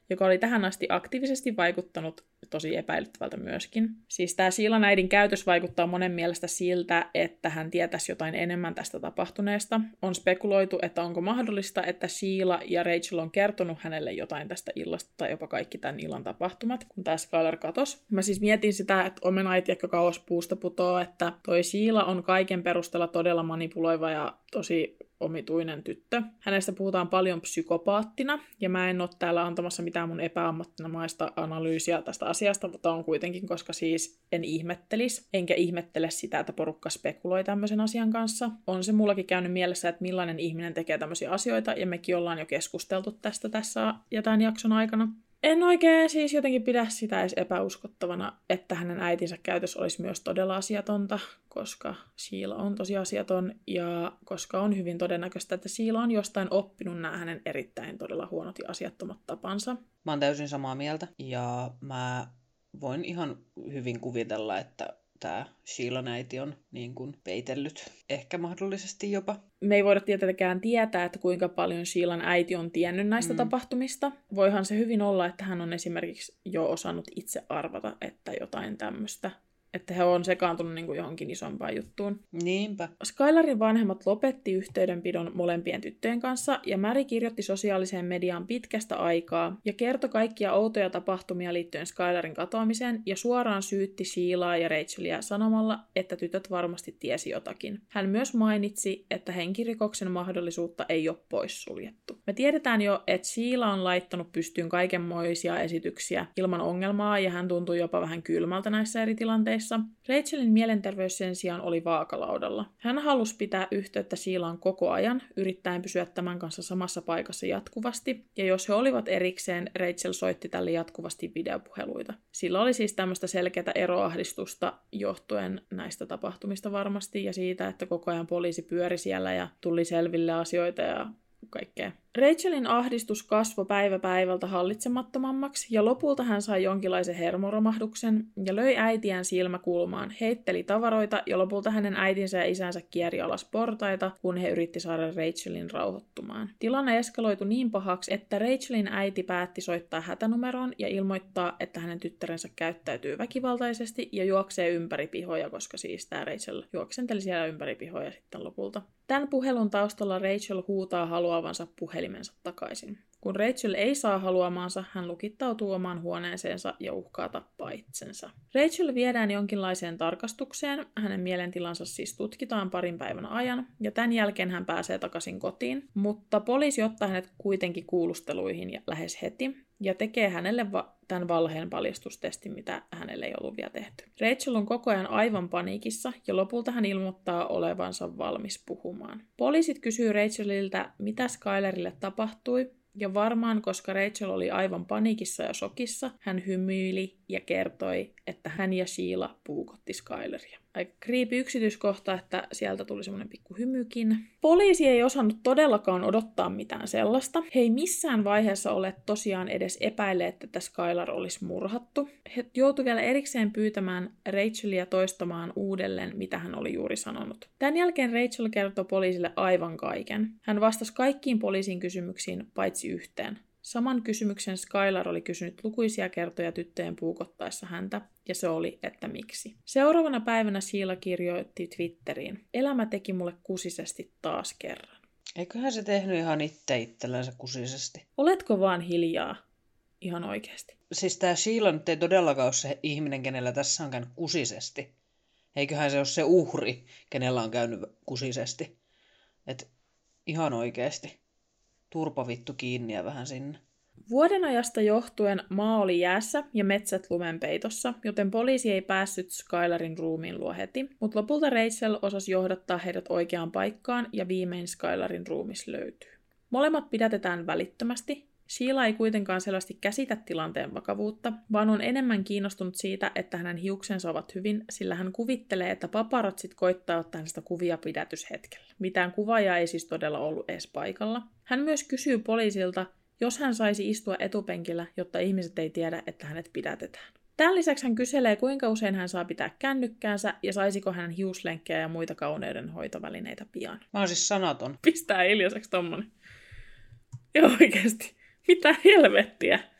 Speaker 2: joka oli tähän asti aktiivisesti vaikuttanut tosi epäilyttävältä myöskin. Siis tämä Sheilan äidin käytös vaikuttaa monen mielestä siltä, että hän tietäisi jotain enemmän tästä tapahtuneesta. On spekuloitu, että onko mahdollista, että Sheila ja Rachel on kertonut hänelle jotain tästä illasta tai jopa kaikki tämän illan tapahtumat, kun tämä Skylar katosi. Mä siis mietin sitä, että omena ei tiedä kauas puusta putoo, että toi Sheila on kaiken perusteella todella manipuloiva ja tosi omituinen tyttö. Hänestä puhutaan paljon psykopaattina, ja mä en ole täällä antamassa mitään mun epäammattimaista analyysiä tästä asiasta, mutta on kuitenkin, koska siis en ihmettelisi, enkä ihmettele sitä, että porukka spekuloi tämmöisen asian kanssa. On se mullakin käynyt mielessä, että millainen ihminen tekee tämmöisiä asioita, ja mekin ollaan jo keskusteltu tästä tässä ja tämän jakson aikana. En oikein siis jotenkin pidä sitä edes epäuskottavana, että hänen äitinsä käytös olisi myös todella asiatonta, koska Sheila on tosi asiaton ja koska on hyvin todennäköistä, että Sheila on jostain oppinut nämä hänen erittäin todella huonot ja asiattomat tapansa.
Speaker 3: Mä oon täysin samaa mieltä ja mä voin ihan hyvin kuvitella, että tämä Sheilan äiti on niin kuin peitellyt, ehkä mahdollisesti jopa.
Speaker 2: Me ei voida tietenkään tietää, että kuinka paljon Sheilan äiti on tiennyt näistä tapahtumista. Voihan se hyvin olla, että hän on esimerkiksi jo osannut itse arvata, että jotain tämmöistä, että he on sekaantunut niin kuin johonkin isompaan juttuun.
Speaker 3: Niinpä.
Speaker 2: Skylarin vanhemmat lopetti yhteydenpidon molempien tyttöjen kanssa, ja Mary kirjoitti sosiaaliseen mediaan pitkästä aikaa ja kertoi kaikkia outoja tapahtumia liittyen Skylarin katoamiseen ja suoraan syytti Sheilaa ja Rachelia sanomalla, että tytöt varmasti tiesi jotakin. Hän myös mainitsi, että henkirikoksen mahdollisuutta ei ole poissuljettu. Me tiedetään jo, että Sheila on laittanut pystyyn kaikenmoisia esityksiä ilman ongelmaa, ja hän tuntui jopa vähän kylmältä näissä eri tilanteissa. Rachelin mielenterveys sen sijaan oli vaakalaudalla. Hän halusi pitää yhteyttä Sheilaan koko ajan, yrittäen pysyä tämän kanssa samassa paikassa jatkuvasti, ja jos he olivat erikseen, Rachel soitti tälle jatkuvasti videopuheluita. Sillä oli siis tämmöistä selkeää eroahdistusta johtuen näistä tapahtumista varmasti, ja siitä, että koko ajan poliisi pyöri siellä ja tuli selville asioita ja kaikkea. Rachelin ahdistus kasvoi päivä päivältä hallitsemattomammaksi ja lopulta hän sai jonkinlaisen hermoromahduksen ja löi äitiään silmäkulmaan, heitteli tavaroita ja lopulta hänen äitinsä ja isänsä kieri alas portaita, kun he yritti saada Rachelin rauhoittumaan. Tilanne eskaloitui niin pahaksi, että Rachelin äiti päätti soittaa hätänumeroon ja ilmoittaa, että hänen tyttärensä käyttäytyy väkivaltaisesti ja juoksee ympäri pihoja, koska siis tämä Rachel juoksenteli siellä ympäri pihoja sitten lopulta. Tämän puhelun taustalla Rachel huutaa haluavansa puhelimensa takaisin. Kun Rachel ei saa haluamaansa, hän lukittautuu omaan huoneeseensa ja uhkaa tappaa itsensä. Rachel viedään jonkinlaiseen tarkastukseen, hänen mielentilansa siis tutkitaan parin päivän ajan, ja tämän jälkeen hän pääsee takaisin kotiin, mutta poliisi ottaa hänet kuitenkin kuulusteluihin ja lähes heti, ja tekee hänelle tämän valheen paljastustestin, mitä hänelle ei ollut vielä tehty. Rachel on koko ajan aivan paniikissa, ja lopulta hän ilmoittaa olevansa valmis puhumaan. Poliisit kysyy Racheliltä, mitä Skylarille tapahtui, ja varmaan, koska Rachel oli aivan paniikissa ja shokissa, hän hymyili ja kertoi, että hän ja Sheila puukotti Skylaria. Aika creepy yksityiskohta, että sieltä tuli semmoinen pikku hymykin. Poliisi ei osannut todellakaan odottaa mitään sellaista. He ei missään vaiheessa ole tosiaan edes epäilleet, että Skylar olisi murhattu. He joutuivat vielä erikseen pyytämään Rachelia toistamaan uudelleen, mitä hän oli juuri sanonut. Tämän jälkeen Rachel kertoi poliisille aivan kaiken. Hän vastasi kaikkiin poliisin kysymyksiin paitsi yhteen. Saman kysymyksen Skylar oli kysynyt lukuisia kertoja tyttöjen puukottaessa häntä, ja se oli, että miksi. Seuraavana päivänä Sheila kirjoitti Twitteriin, elämä teki mulle kusisesti taas kerran.
Speaker 3: Eiköhän se tehnyt ihan itsellensä kusisesti.
Speaker 2: Oletko vaan hiljaa? Ihan oikeasti.
Speaker 3: Siis tää Sheila nyt ei todellakaan ole se ihminen, kenellä tässä on käynyt kusisesti. Eiköhän se ole se uhri, kenellä on käynyt kusisesti. Et ihan oikeasti. Turpa vittu kiinni ja vähän sinne.
Speaker 2: Vuodenajasta johtuen maa oli jäässä ja metsät lumenpeitossa, joten poliisi ei päässyt Skylarin ruumiin luo heti, mutta lopulta Rachel osasi johdattaa heidät oikeaan paikkaan ja viimein Skylarin ruumis löytyy. Molemmat pidätetään välittömästi. Sheila ei kuitenkaan selvästi käsitä tilanteen vakavuutta, vaan on enemmän kiinnostunut siitä, että hänen hiuksensa ovat hyvin, sillä hän kuvittelee, että paparatsit koittaa ottaa hänestä kuvia pidätyshetkellä. Mitään kuvaajaa ei siis todella ollut edes paikalla. Hän myös kysyy poliisilta, jos hän saisi istua etupenkillä, jotta ihmiset ei tiedä, että hänet pidätetään. Tämän lisäksi hän kyselee, kuinka usein hän saa pitää kännykkäänsä ja saisiko hän hiuslenkkejä ja muita kauneudenhoitovälineitä pian.
Speaker 3: Mä oon siis sanaton.
Speaker 2: Pistää hiljaiseksi tommonen. Joo oikeesti. Mitä helvettiä?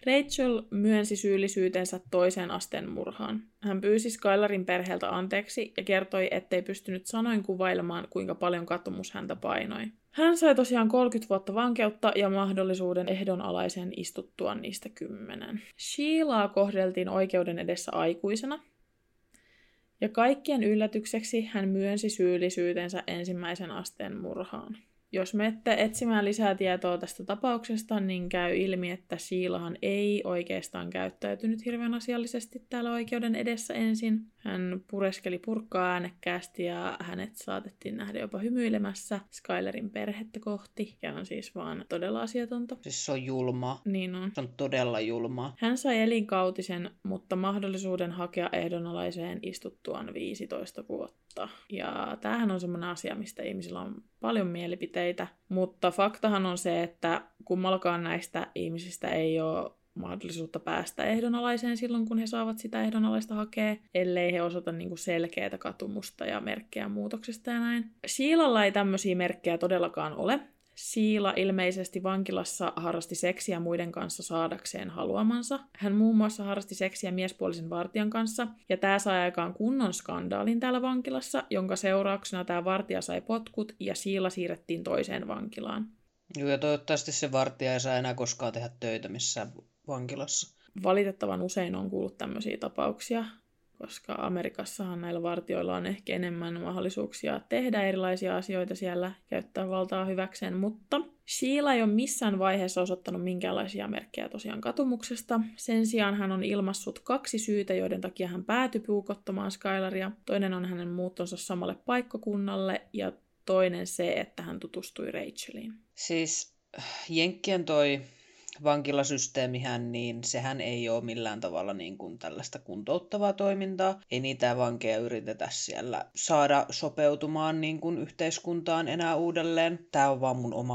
Speaker 2: Rachel myönsi syyllisyytensä toisen asteen murhaan. Hän pyysi Skylarin perheeltä anteeksi ja kertoi, ettei pystynyt sanoin kuvailemaan, kuinka paljon katumus häntä painoi. Hän sai tosiaan 30 vuotta vankeutta ja mahdollisuuden ehdonalaiseen istuttua niistä 10. Sheilaa kohdeltiin oikeuden edessä aikuisena. Ja kaikkien yllätykseksi hän myönsi syyllisyytensä ensimmäisen asteen murhaan. Jos menette etsimään lisää tietoa tästä tapauksesta, niin käy ilmi, että Sheilahan ei oikeastaan käyttäytynyt hirveän asiallisesti täällä oikeuden edessä ensin. Hän pureskeli purkkaa äänekkäästi ja hänet saatettiin nähdä jopa hymyilemässä Skylarin perhettä kohti. Ja on siis vaan todella asiatonta.
Speaker 3: Siis se on julmaa.
Speaker 2: Niin on.
Speaker 3: Se on todella julmaa.
Speaker 2: Hän sai elinkautisen, mutta mahdollisuuden hakea ehdonalaiseen istuttuaan 15 vuotta. Ja tämähän on semmoinen asia, mistä ihmisillä on paljon mielipiteitä. Mutta faktahan on se, että kummallakaan näistä ihmisistä ei ole mahdollisuutta päästä ehdonalaiseen silloin, kun he saavat sitä ehdonalaista hakea, ellei he osoita niinku selkeää katumusta ja merkkejä muutoksesta ja näin. Sheilalla ei tämmöisiä merkkejä todellakaan ole. Sheila ilmeisesti vankilassa harrasti seksiä muiden kanssa saadakseen haluamansa. Hän muun muassa harrasti seksiä miespuolisen vartijan kanssa, ja tämä sai aikaan kunnon skandaalin täällä vankilassa, jonka seurauksena tämä vartija sai potkut, ja Sheila siirrettiin toiseen vankilaan.
Speaker 3: Joo, ja toivottavasti se vartija ei saa enää koskaan tehdä töitä missään vankilassa.
Speaker 2: Valitettavan usein on kuullut tämmöisiä tapauksia, koska Amerikassahan näillä vartijoilla on ehkä enemmän mahdollisuuksia tehdä erilaisia asioita siellä, käyttää valtaa hyväkseen, mutta Sheila ei ole missään vaiheessa osoittanut minkäänlaisia merkkejä tosiaan katumuksesta. Sen sijaan hän on ilmaissut 2 syytä, joiden takia hän päätyi puukottamaan Skylaria. Toinen on hänen muuttonsa samalle paikkakunnalle ja toinen se, että hän tutustui Racheliin.
Speaker 3: Siis Jenkkien toi vankilasysteemihän, niin sehän ei ole millään tavalla niin kuin tällaista kuntouttavaa toimintaa. Ei niitä vankeja yritetä siellä saada sopeutumaan niin kuin yhteiskuntaan enää uudelleen. Tämä on vaan mun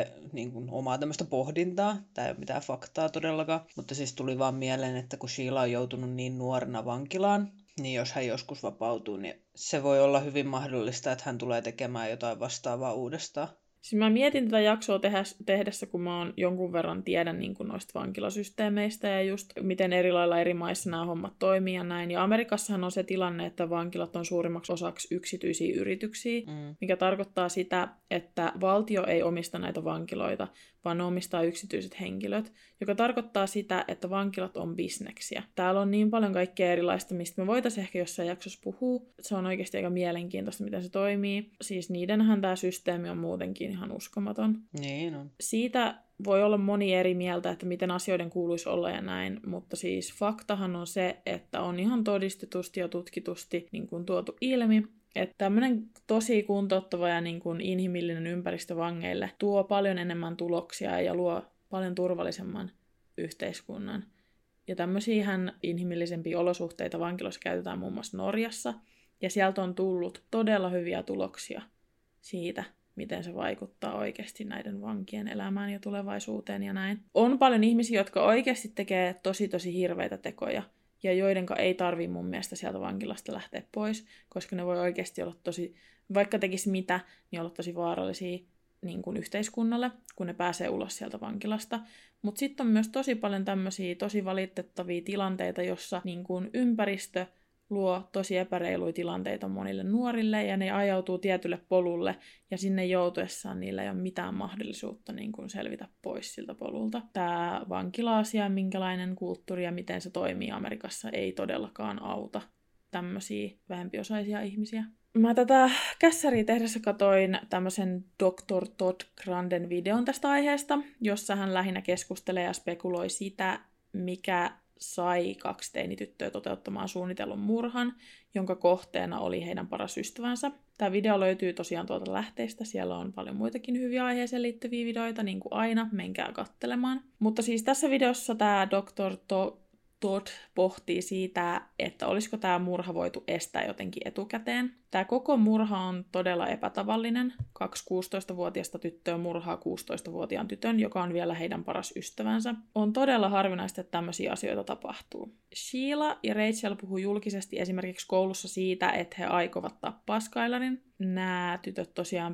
Speaker 3: omaa tämmöistä pohdintaa. Tämä ei ole mitään faktaa todellakaan. Mutta siis tuli vaan mieleen, että kun Sheila on joutunut niin nuorena vankilaan, niin jos hän joskus vapautuu, niin se voi olla hyvin mahdollista, että hän tulee tekemään jotain vastaavaa uudestaan.
Speaker 2: Siis mä mietin tätä jaksoa tehdessä, kun mä oon jonkun verran tiedän niin kuin noista vankilasysteemeistä ja just miten eri lailla eri maissa nämä hommat toimii ja näin. Ja Amerikassahan on se tilanne, että vankilat on suurimmaksi osaksi yksityisiä yrityksiä, mikä tarkoittaa sitä, että valtio ei omista näitä vankiloita, vaan ne omistaa yksityiset henkilöt, joka tarkoittaa sitä, että vankilat on bisneksiä. Täällä on niin paljon kaikkea erilaista, mistä me voitaisiin ehkä jossain jaksossa puhua. Se on oikeasti aika mielenkiintoista, miten se toimii. Siis niidenhän tämä systeemi on muutenkin ihan uskomaton.
Speaker 3: Niin on.
Speaker 2: Siitä voi olla moni eri mieltä, että miten asioiden kuuluisi olla ja näin, mutta siis faktahan on se, että on ihan todistetusti ja tutkitusti niin kuin tuotu ilmi, että tämmöinen tosi kuntouttava ja niin kuin inhimillinen ympäristö vangeille tuo paljon enemmän tuloksia ja luo paljon turvallisemman yhteiskunnan. Ja tämmöisiähän inhimillisempiä olosuhteita vankiloissa käytetään muun muassa Norjassa, ja sieltä on tullut todella hyviä tuloksia siitä, miten se vaikuttaa oikeasti näiden vankien elämään ja tulevaisuuteen ja näin. On paljon ihmisiä, jotka oikeasti tekee tosi hirveitä tekoja, ja joidenka ei tarvii mun mielestä sieltä vankilasta lähteä pois, koska ne voi oikeasti olla vaikka tekisi mitä, niin olla tosi vaarallisia niin kuin yhteiskunnalle, kun ne pääsee ulos sieltä vankilasta. Mutta sitten on myös tosi paljon tämmöisiä tosi valitettavia tilanteita, jossa niin kuin ympäristö luo tosi epäreiluja tilanteita monille nuorille, ja ne ajautuu tietylle polulle, ja sinne joutuessaan niillä ei ole mitään mahdollisuutta niin kuin selvitä pois siltä polulta. Tämä vankila-asia, minkälainen kulttuuri ja miten se toimii Amerikassa, ei todellakaan auta tämmöisiä vähempiosaisia ihmisiä. Mä tätä kässäriä tehdessä katoin tämmöisen Dr. Todd Granden videon tästä aiheesta, jossa hän lähinnä keskustelee ja spekuloi sitä, mikä sai 2 teinityttöä toteuttamaan suunnitellun murhan, jonka kohteena oli heidän paras ystävänsä. Tämä video löytyy tosiaan tuolta lähteistä. Siellä on paljon muitakin hyviä aiheeseen liittyviä videoita, niin kuin aina. Menkää katselemaan. Mutta siis tässä videossa tämä Dr. Todd pohtii siitä, että olisiko tämä murha voitu estää jotenkin etukäteen. Tämä koko murha on todella epätavallinen. 2 16-vuotiaista tyttöä murhaa 16-vuotiaan tytön, joka on vielä heidän paras ystävänsä. On todella harvinaista, että tämmöisiä asioita tapahtuu. Sheila ja Rachel puhuu julkisesti esimerkiksi koulussa siitä, että he aikovat tappaa Skylarin. Nämä tytöt tosiaan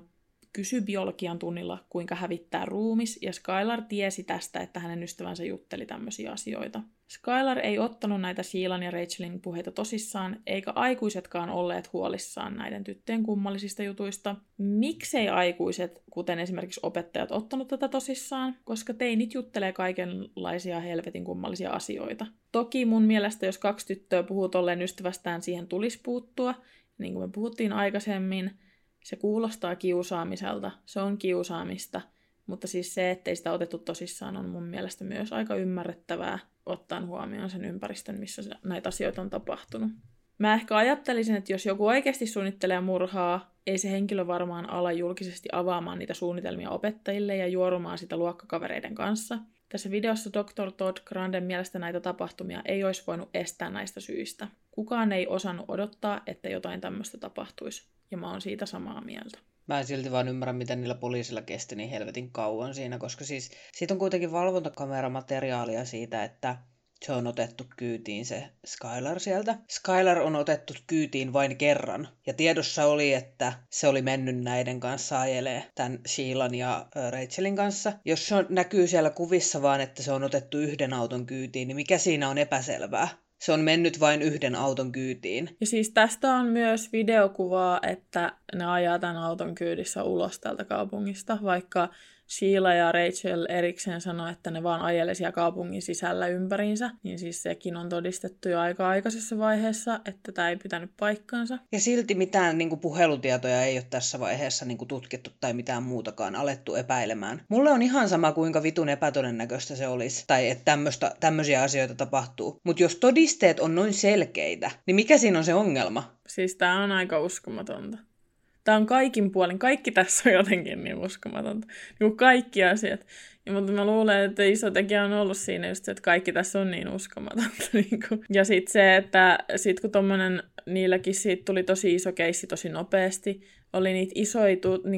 Speaker 2: kysyi biologian tunnilla, kuinka hävittää ruumis, ja Skylar tiesi tästä, että hänen ystävänsä jutteli tämmöisiä asioita. Skylar ei ottanut näitä Sheilan ja Rachelin puheita tosissaan, eikä aikuisetkaan olleet huolissaan näiden tyttöjen kummallisista jutuista. Miksei aikuiset, kuten esimerkiksi opettajat, ottanut tätä tosissaan? Koska teinit juttelee kaikenlaisia helvetin kummallisia asioita. Toki mun mielestä, jos 2 tyttöä puhuu tolleen ystävästään, siihen tulisi puuttua. Niin kuin me puhuttiin aikaisemmin, se kuulostaa kiusaamiselta, se on kiusaamista. Mutta siis se, ettei sitä otettu tosissaan, on mun mielestä myös aika ymmärrettävää, ottaen huomioon sen ympäristön, missä näitä asioita on tapahtunut. Mä ehkä ajattelisin, että jos joku oikeasti suunnittelee murhaa, ei se henkilö varmaan ala julkisesti avaamaan niitä suunnitelmia opettajille ja juorumaan sitä luokkakavereiden kanssa. Tässä videossa Dr. Todd Granden mielestä näitä tapahtumia ei olisi voinut estää näistä syistä. Kukaan ei osannut odottaa, että jotain tämmöistä tapahtuisi, ja mä oon siitä samaa mieltä.
Speaker 3: Mä en silti vaan ymmärrä, miten niillä poliisilla kesti niin helvetin kauan siinä, koska siis siitä on kuitenkin valvontakameramateriaalia siitä, että se on otettu kyytiin se Skylar sieltä. Skylar on otettu kyytiin vain kerran, ja tiedossa oli, että se oli mennyt näiden kanssa ajelee tämän Sheilan ja Rachelin kanssa. Jos se näkyy siellä kuvissa vaan, että se on otettu 1 auton kyytiin, niin mikä siinä on epäselvää? Se on mennyt vain 1 auton kyytiin.
Speaker 2: Ja siis tästä on myös videokuvaa, että ne ajaa tämän auton kyydissä ulos tältä kaupungista, vaikka Sheila ja Rachel erikseen sanoi, että ne vaan ajelee siellä kaupungin sisällä ympäriinsä, niin siis sekin on todistettu jo aika aikaisessa vaiheessa, että tämä ei pitänyt paikkaansa.
Speaker 3: Ja silti mitään puhelutietoja ei ole tässä vaiheessa tutkittu tai mitään muutakaan alettu epäilemään. Mulle on ihan sama, kuinka vitun epätodennäköistä se olisi, tai että tämmöisiä asioita tapahtuu. Mutta jos todisteet on noin selkeitä, niin mikä siinä on se ongelma?
Speaker 2: Siis tää on aika uskomatonta. Tämä on kaikin puolin. Kaikki tässä on jotenkin niin uskomatonta. Niin kaikki asiat. Mutta mä luulen, että iso tekijä on ollut siinä just se, että kaikki tässä on niin uskomatonta. Ja sitten se, että sit kun tommonen, niilläkin siitä tuli tosi iso keissi tosi nopeasti, oli niitä isoja,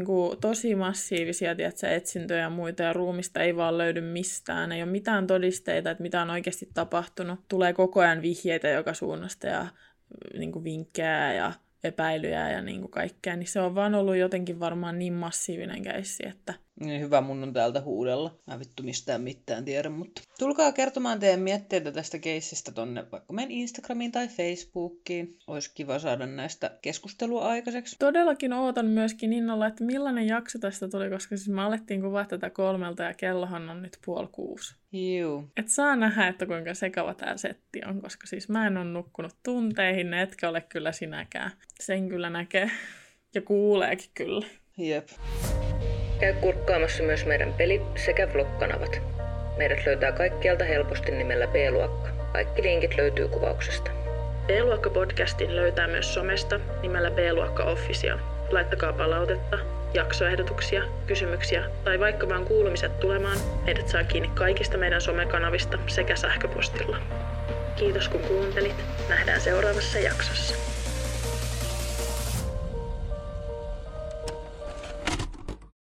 Speaker 2: tosi massiivisia etsintöjä ja muita, ja ruumista ei vaan löydy mistään. Ei ole mitään todisteita, että mitä on oikeasti tapahtunut. Tulee koko ajan vihjeitä joka suunnasta ja vinkkejä ja epäilyjä ja kaikkea, niin se on vaan ollut jotenkin varmaan niin massiivinen keissi, että...
Speaker 3: Niin hyvä mun on täältä huudella. Mä vittu mistään mitään tiedä, mutta... Tulkaa kertomaan teidän mietteitä tästä keissistä tonne vaikka meidän Instagramiin tai Facebookiin. Olisi kiva saada näistä keskustelua aikaiseksi.
Speaker 2: Todellakin ootan myöskin innolla, että millainen jakso tästä tuli, koska siis me alettiin kuvaa tätä 3 ja kellohan on nyt 5:30.
Speaker 3: Juu.
Speaker 2: Et saa nähdä, että kuinka sekava tää setti on, koska siis mä en ole nukkunut tunteihin, etkä ole kyllä sinäkään. Sen kyllä näkee ja kuuleekin kyllä.
Speaker 3: Jep.
Speaker 1: Käy kurkkaamassa myös meidän peli- sekä vlog-kanavat. Meidät löytää kaikkialta helposti nimellä B-luokka. Kaikki linkit löytyy kuvauksesta.
Speaker 2: B-luokka-podcastin löytää myös somesta nimellä B-luokka Official. Laittakaa palautetta, jaksoehdotuksia, kysymyksiä tai vaikka vaan kuulumiset tulemaan. Meidät saa kiinni kaikista meidän somekanavista sekä sähköpostilla. Kiitos kun kuuntelit. Nähdään seuraavassa jaksossa.